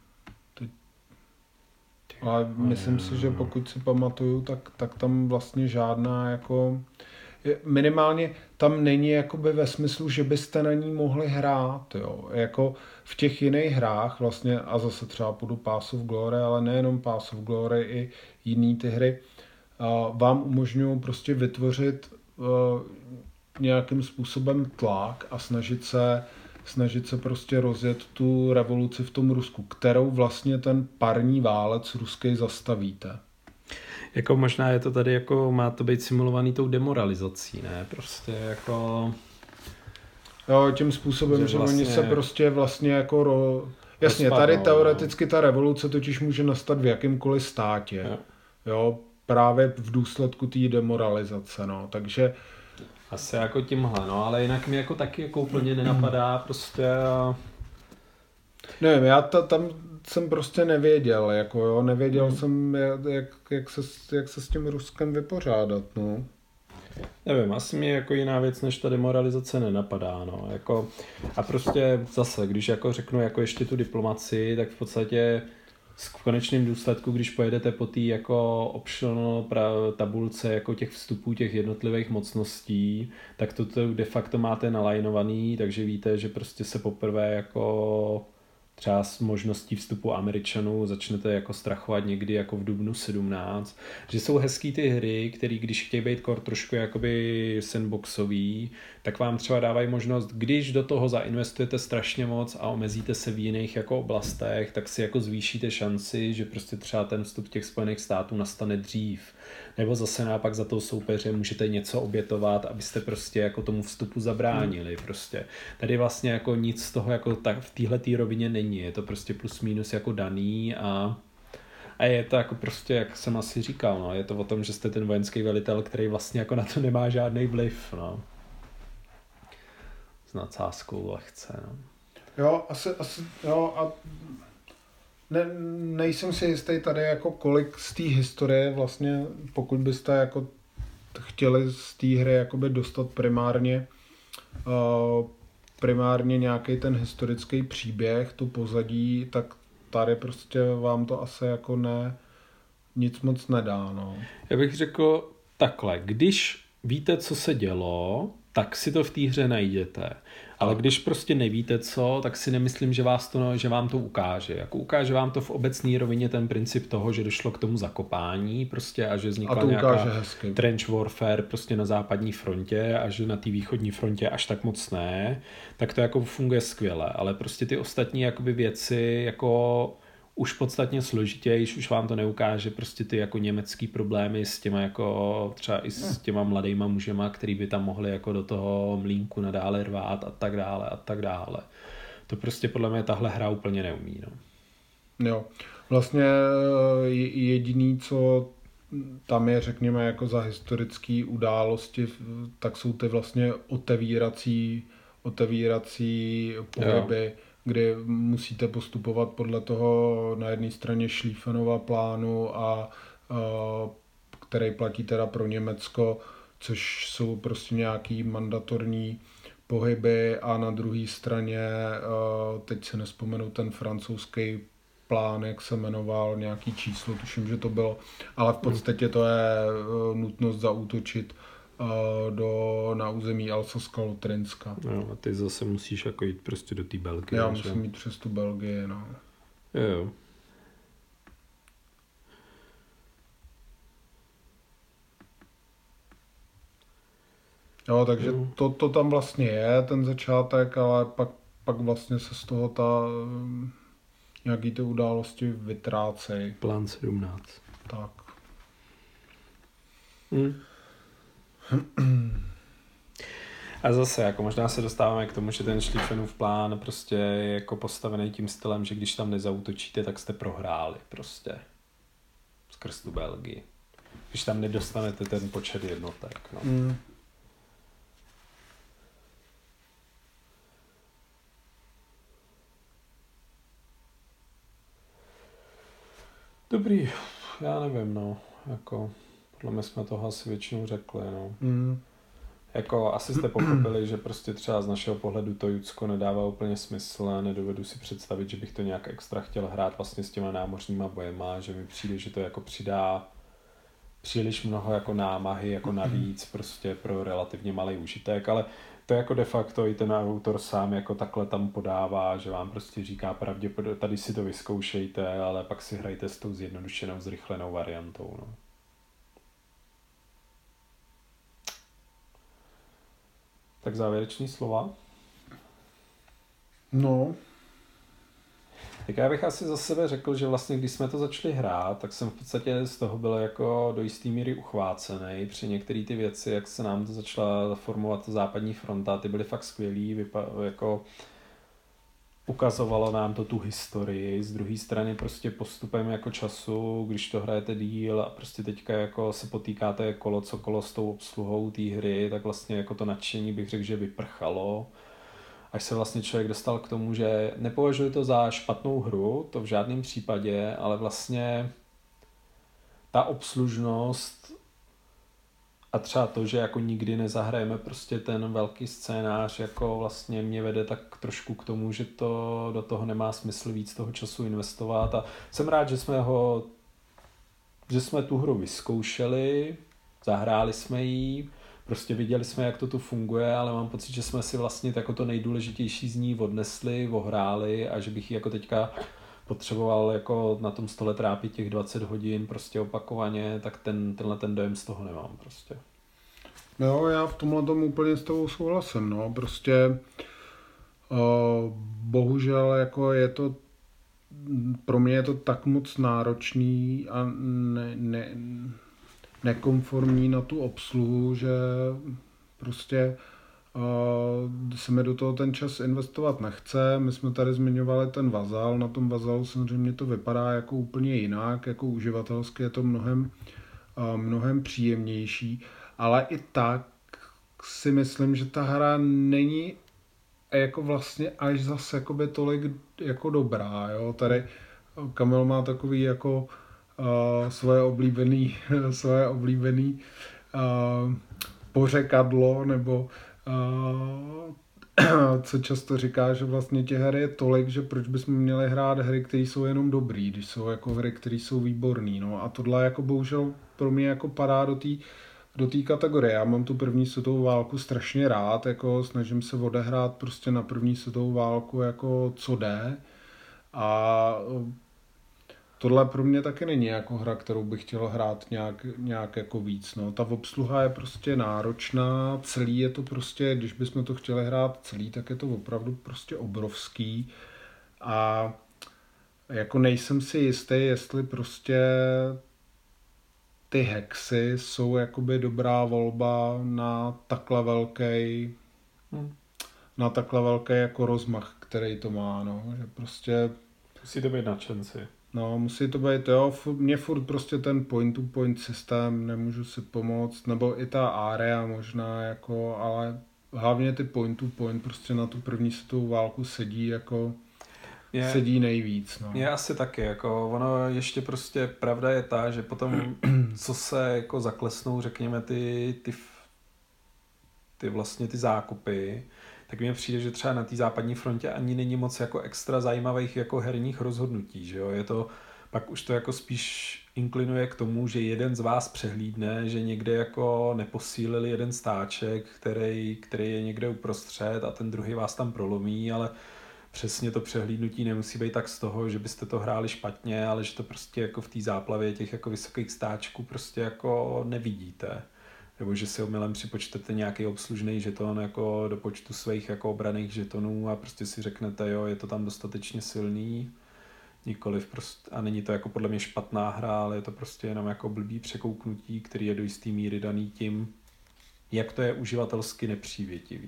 S3: Ale myslím si, že pokud si pamatuju, tak tam vlastně žádná jako... Minimálně tam není jakoby ve smyslu, že byste na ní mohli hrát, jo. Jako v těch jiných hrách vlastně, a zase třeba půjdu Path of Glory, ale nejenom Path of Glory, i jiný ty hry, vám umožňují prostě vytvořit nějakým způsobem tlak a snažit se prostě rozjet tu revoluci v tom Rusku, kterou vlastně ten parní válec ruský zastavíte.
S2: Jako možná je to tady jako, má to být simulovaný tou demoralizací, ne? Prostě jako...
S3: Jo, tím způsobem, že vlastně... oni se prostě vlastně jako... Jasně, tady teoreticky ta revoluce totiž může nastat v jakýmkoliv státě. Jo, právě v důsledku té demoralizace, no, takže...
S2: Asi jako tímhle, no, ale jinak mi jako taky jako úplně nenapadá prostě...
S3: Nevím, já tam jsem prostě nevěděl, jako jo, nevěděl jsem, jak se s tím Ruskem vypořádat, no.
S2: Nevím, asi mi jako jiná věc než ta demoralizace nenapadá, no, jako a prostě zase, když jako řeknu jako ještě tu diplomaci, tak v podstatě v konečném důsledku, když pojedete po té jako optional tabulce jako těch vstupů těch jednotlivých mocností, tak to de facto máte nalajnovaný, takže víte, že prostě se poprvé jako třeba s možností vstupu Američanů začnete jako strachovat někdy jako v dubnu 17, že jsou hezký ty hry, které když chtějí být trošku jakoby sandboxový, tak vám třeba dávají možnost, když do toho zainvestujete strašně moc a omezíte se v jiných jako oblastech, tak si jako zvýšíte šanci, že prostě třeba ten vstup těch Spojených států nastane dřív. Nebo zase naopak za toho soupeře můžete něco obětovat, abyste prostě jako tomu vstupu zabránili prostě. Tady vlastně jako nic z toho jako tak v téhletý rovině není, je to prostě plus minus jako daný a je to jako prostě, jak jsem asi říkal, no, je to o tom, že jste ten vojenský velitel, který vlastně jako na to nemá žádný vliv, no. S nadsázkou lehce, no.
S3: Jo, asi jo, a nejsem si jistý tady jako kolik z té historie vlastně, pokud byste jako chtěli z té hry jakoby dostat primárně nějaký ten historický příběh, tu pozadí, tak tady prostě vám to asi jako nic moc nedá, no.
S2: Já bych řekl takhle, když víte, co se dělo, tak si to v té hře najděte. Ale když prostě nevíte co, tak si nemyslím, že vám to ukáže. Jako ukáže vám to v obecné rovině ten princip toho, že došlo k tomu zakopání prostě a že vznikla nějaká trench warfare prostě na západní frontě a že na té východní frontě až tak moc ne, tak to jako funguje skvěle. Ale prostě ty ostatní jakoby věci jako už podstatně složitěji, už vám to neukáže prostě ty jako německý problémy s těma jako třeba i s těma mladýma mužema, který by tam mohli jako do toho mlýnku nadále rvát a tak dále. To prostě podle mě tahle hra úplně neumí, no.
S3: Jo, vlastně jediný, co tam je, řekněme, jako za historické události, tak jsou ty vlastně otevírací pohyby, kdy musíte postupovat podle toho na jedné straně Schlieffenova plánu a který platí teda pro Německo, což jsou prostě nějaký mandatorní pohyby a na druhé straně, teď se nespomenu ten francouzský plán, jak se jmenoval, nějaký číslo, tuším, že to bylo, ale v podstatě to je nutnost zaútočit na území Alsaska-Lotrinska.
S2: No, a ty zase musíš jako jít prostě do té Belgie.
S3: Já musím jít přes tu Belgii, no.
S2: Jo.
S3: Jo, takže to tam vlastně je, ten začátek, ale pak vlastně se z toho nějaký ty události vytrácejí.
S2: Plán 17.
S3: Tak.
S2: A zase, jako možná se dostáváme k tomu, že ten Schlieffenův plán prostě je jako postavený tím stylem, že když tam nezautočíte, tak jste prohráli prostě. Skrz tu Belgii. Když tam nedostanete ten počet jednotek, no. Dobrý, já nevím, no, jako, podle mě jsme toho asi většinou řekli, no. Jako, asi jste pochopili, že prostě třeba z našeho pohledu to Judsko nedává úplně smysl a nedovedu si představit, že bych to nějak extra chtěl hrát vlastně s těma námořníma bojema, že mi přijde, že to jako přidá příliš mnoho jako námahy, jako navíc prostě pro relativně malý užitek, ale to jako de facto i ten autor sám jako takhle tam podává, že vám prostě říká pravděpodobně, tady si to vyzkoušejte, ale pak si hrajte s tou zjednodušenou, zrychlenou variantou, no. Tak závěrečný slova?
S3: No.
S2: Tak já bych asi za sebe řekl, že vlastně když jsme to začali hrát, tak jsem v podstatě z toho byl jako do jistý míry uchvácený. Při některé ty věci, jak se nám to začala formovat západní fronta, ty byly fakt skvělý, jako ukazovalo nám to tu historii. Z druhé strany prostě postupem jako času, když to hrajete díl a prostě teďka jako se potýkáte kolo co kolo s tou obsluhou té hry, tak vlastně jako to nadšení bych řekl, že vyprchalo. Až se vlastně člověk dostal k tomu, že nepovažuji to za špatnou hru, to v žádném případě, ale vlastně ta obslužnost a třeba to, že jako nikdy nezahrajeme prostě ten velký scénář, jako vlastně mě vede tak trošku k tomu, že to do toho nemá smysl víc toho času investovat a jsem rád, že jsme tu hru vyzkoušeli, zahráli jsme ji, prostě viděli jsme, jak to tu funguje, ale mám pocit, že jsme si vlastně jako to nejdůležitější z ní odnesli, ohráli a že bych ji jako teďka potřeboval jako na tom stole trápit těch 20 hodin prostě opakovaně, tak tenhle dojem z toho nemám prostě.
S3: Jo, já v tomhle tomu úplně s tebou souhlasím, no, prostě bohužel jako je to, pro mě je to tak moc náročný a nekonformní na tu obsluhu, že prostě se mi do toho ten čas investovat nechce. My jsme tady zmiňovali ten Vazal, na tom Vazalu samozřejmě to vypadá jako úplně jinak, jako uživatelsky je to mnohem příjemnější, ale i tak si myslím, že ta hra není jako vlastně až zase jakoby tolik jako dobrá, jo. Tady Kamil má takový jako svoje oblíbený pořekadlo, nebo co často říká, že vlastně těch her je tolik, že proč bychom měli hrát hry, které jsou jenom dobrý, když jsou jako hry, které jsou výborný, no a tohle jako bohužel pro mě jako padá do té kategorie. Já mám tu první světovou válku strašně rád, jako snažím se odehrát prostě na první světovou válku jako co jde a tohle pro mě taky není jako hra, kterou bych chtěl hrát nějak jako víc. No. Ta obsluha je prostě náročná, celý je to prostě, když bychom to chtěli hrát celý, tak je to opravdu prostě obrovský. A jako nejsem si jistý, jestli prostě ty hexy jsou jakoby dobrá volba na takhle velký jako rozmach, který to má. No. Že prostě
S2: musí to být nadšenci.
S3: No, musí to být, jo, mě furt prostě ten point-to-point systém, nemůžu si pomoct, nebo i ta area možná, jako, ale hlavně ty point-to-point prostě na tu první světovou válku sedí sedí nejvíc, no.
S2: Je asi taky, jako ono ještě prostě pravda je ta, že potom, co se jako zaklesnou, řekněme, ty vlastně ty zákupy, tak mně přijde, že třeba na té západní frontě ani není moc jako extra zajímavých jako herních rozhodnutí, že jo, je to, pak už to jako spíš inklinuje k tomu, že jeden z vás přehlídne, že někde jako neposílili jeden stáček, který je někde uprostřed a ten druhý vás tam prolomí, ale přesně to přehlídnutí nemusí být tak z toho, že byste to hráli špatně, ale že to prostě jako v té záplavě těch jako vysokých stáčků prostě jako nevidíte. Nebo že si omylem připočtete nějaký obslužný žeton jako do počtu svých jako obranných žetonů a prostě si řeknete, jo, je to tam dostatečně silný, nikoliv prostě, a není to jako podle mě špatná hra, ale je to prostě jenom jako blbý překouknutí, který je do jistý míry daný tím, jak to je uživatelsky nepřívětivý.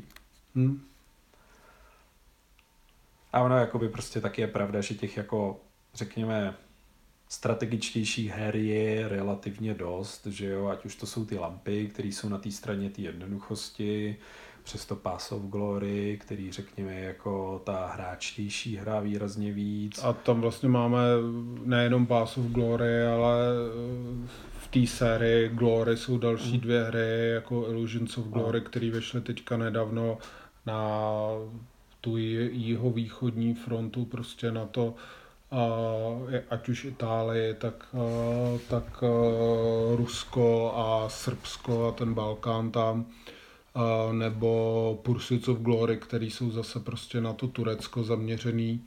S2: A ono jakoby prostě taky je pravda, že těch jako, řekněme, strategičtějších her je relativně dost, že jo, ať už to jsou ty lampy, které jsou na té straně té jednoduchosti, přesto Path of Glory, který řekněme jako ta hráčtější hra výrazně víc.
S3: A tam vlastně máme nejenom Path of Glory, ale v té sérii Glory jsou další dvě hry, jako Illusions of Glory, které vyšly teďka nedávno na tu jihovýchodní frontu, prostě na to, ať už Itálii, tak Rusko a Srbsko a ten Balkán tam, nebo Pursuits of Glory, který jsou zase prostě na to Turecko zaměřený.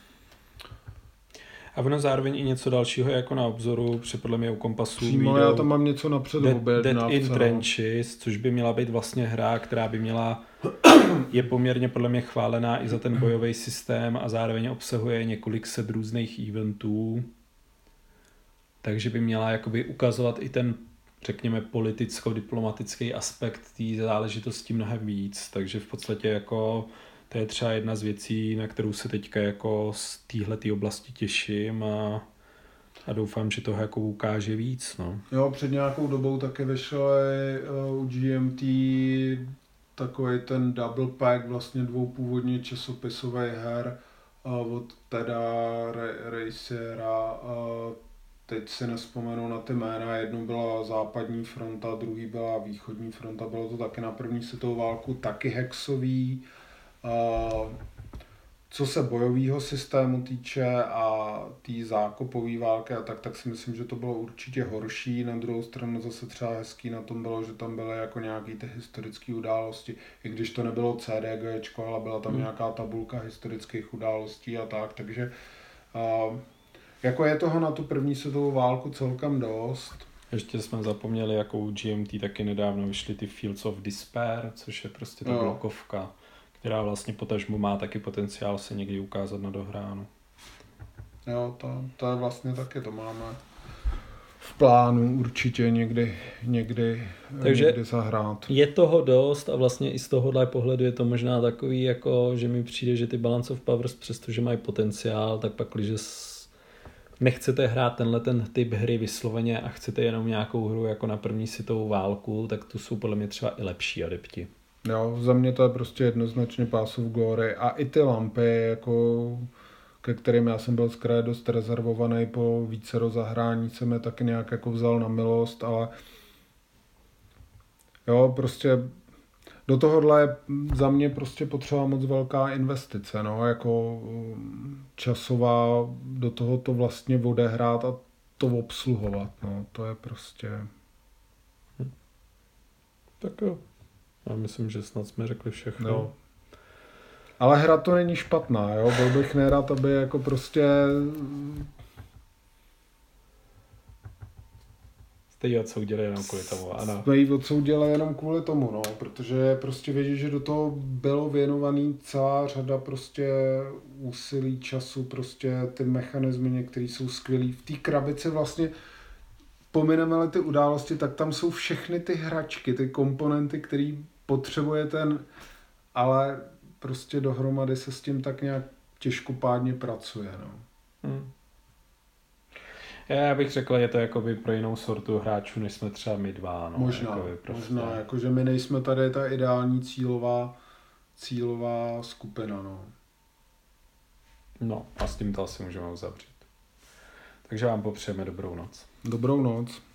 S2: A ono zároveň i něco dalšího jako na obzoru, protože podle mě u Kompasu
S3: přímo já tam mám něco napřed
S2: Dead in Trenches, což by měla být vlastně hra, která by měla, je poměrně podle mě chválená i za ten bojový systém a zároveň obsahuje několik set různých eventů, takže by měla jakoby ukazovat i ten, řekněme, politicko-diplomatický aspekt té záležitosti mnohem víc, takže v podstatě jako to je třeba jedna z věcí, na kterou se teďka jako z téhletý oblasti těším a doufám, že toho jako ukáže víc. No.
S3: Jo, před nějakou dobou taky vyšel u GMT takový ten double pack vlastně dvou původně časopisových her od Teda Racera. Teď si nespomenu na ty jména, jednou byla západní fronta, druhý byla východní fronta, bylo to taky na první světovou válku, taky hexový. Co se bojového systému týče a té zákopové války a tak si myslím, že to bylo určitě horší. Na druhou stranu zase třeba hezký na tom bylo, že tam byly jako nějaký ty historické události, i když to nebylo CDGčko, ale byla tam nějaká tabulka historických událostí a tak, takže jako je toho na tu první světovou válku celkem dost.
S2: Ještě jsme zapomněli, jako u GMT taky nedávno vyšly ty Fields of Despair, což je prostě ta blokovka, která vlastně potažmu má taky potenciál se někdy ukázat na dohránu.
S3: Jo, to je vlastně taky, to máme plánu určitě někdy zahrát.
S2: Je toho dost a vlastně i z tohohle pohledu je to možná takový, jako, že mi přijde, že ty Balance of Powers, přestože mají potenciál, tak pak, když nechcete hrát ten typ hry vysloveně a chcete jenom nějakou hru jako na první světovou válku, tak tu jsou podle mě třeba i lepší adepti.
S3: Jo, za mě to je prostě jednoznačně Path of Glory a i ty lampy, jako, ke kterým já jsem byl z kraje dost rezervovaný po vícero zahrání, jsem je taky nějak jako vzal na milost, ale jo, prostě do tohohle je za mě prostě potřeba moc velká investice, no, jako časová, do toho to vlastně odehrát a to obsluhovat, no, to je prostě...
S2: Tak jo. Já myslím, že snad jsme řekli všechno.
S3: No. Ale hra to není špatná, jo, byl bych nerad, aby jako prostě...
S2: Jste ji odsoudili jenom kvůli tomu, ano.
S3: Jsme ji odsoudili jenom kvůli tomu, no, protože prostě vědí, že do toho bylo věnovaný celá řada prostě úsilí, času, prostě ty mechanismy některé jsou skvělý. V té krabici vlastně pomineme ty události, tak tam jsou všechny ty hračky, ty komponenty, které potřebuje ale prostě dohromady se s tím tak nějak těžkopádně pracuje, no.
S2: Já bych řekl, že to je jakoby pro jinou sortu hráčů, než jsme třeba my dva. No,
S3: možná, jakože my nejsme tady ta ideální cílová skupina, no.
S2: No a s tím to asi můžeme uzavřít. Takže vám popřejeme dobrou noc.
S3: Dobrou noc.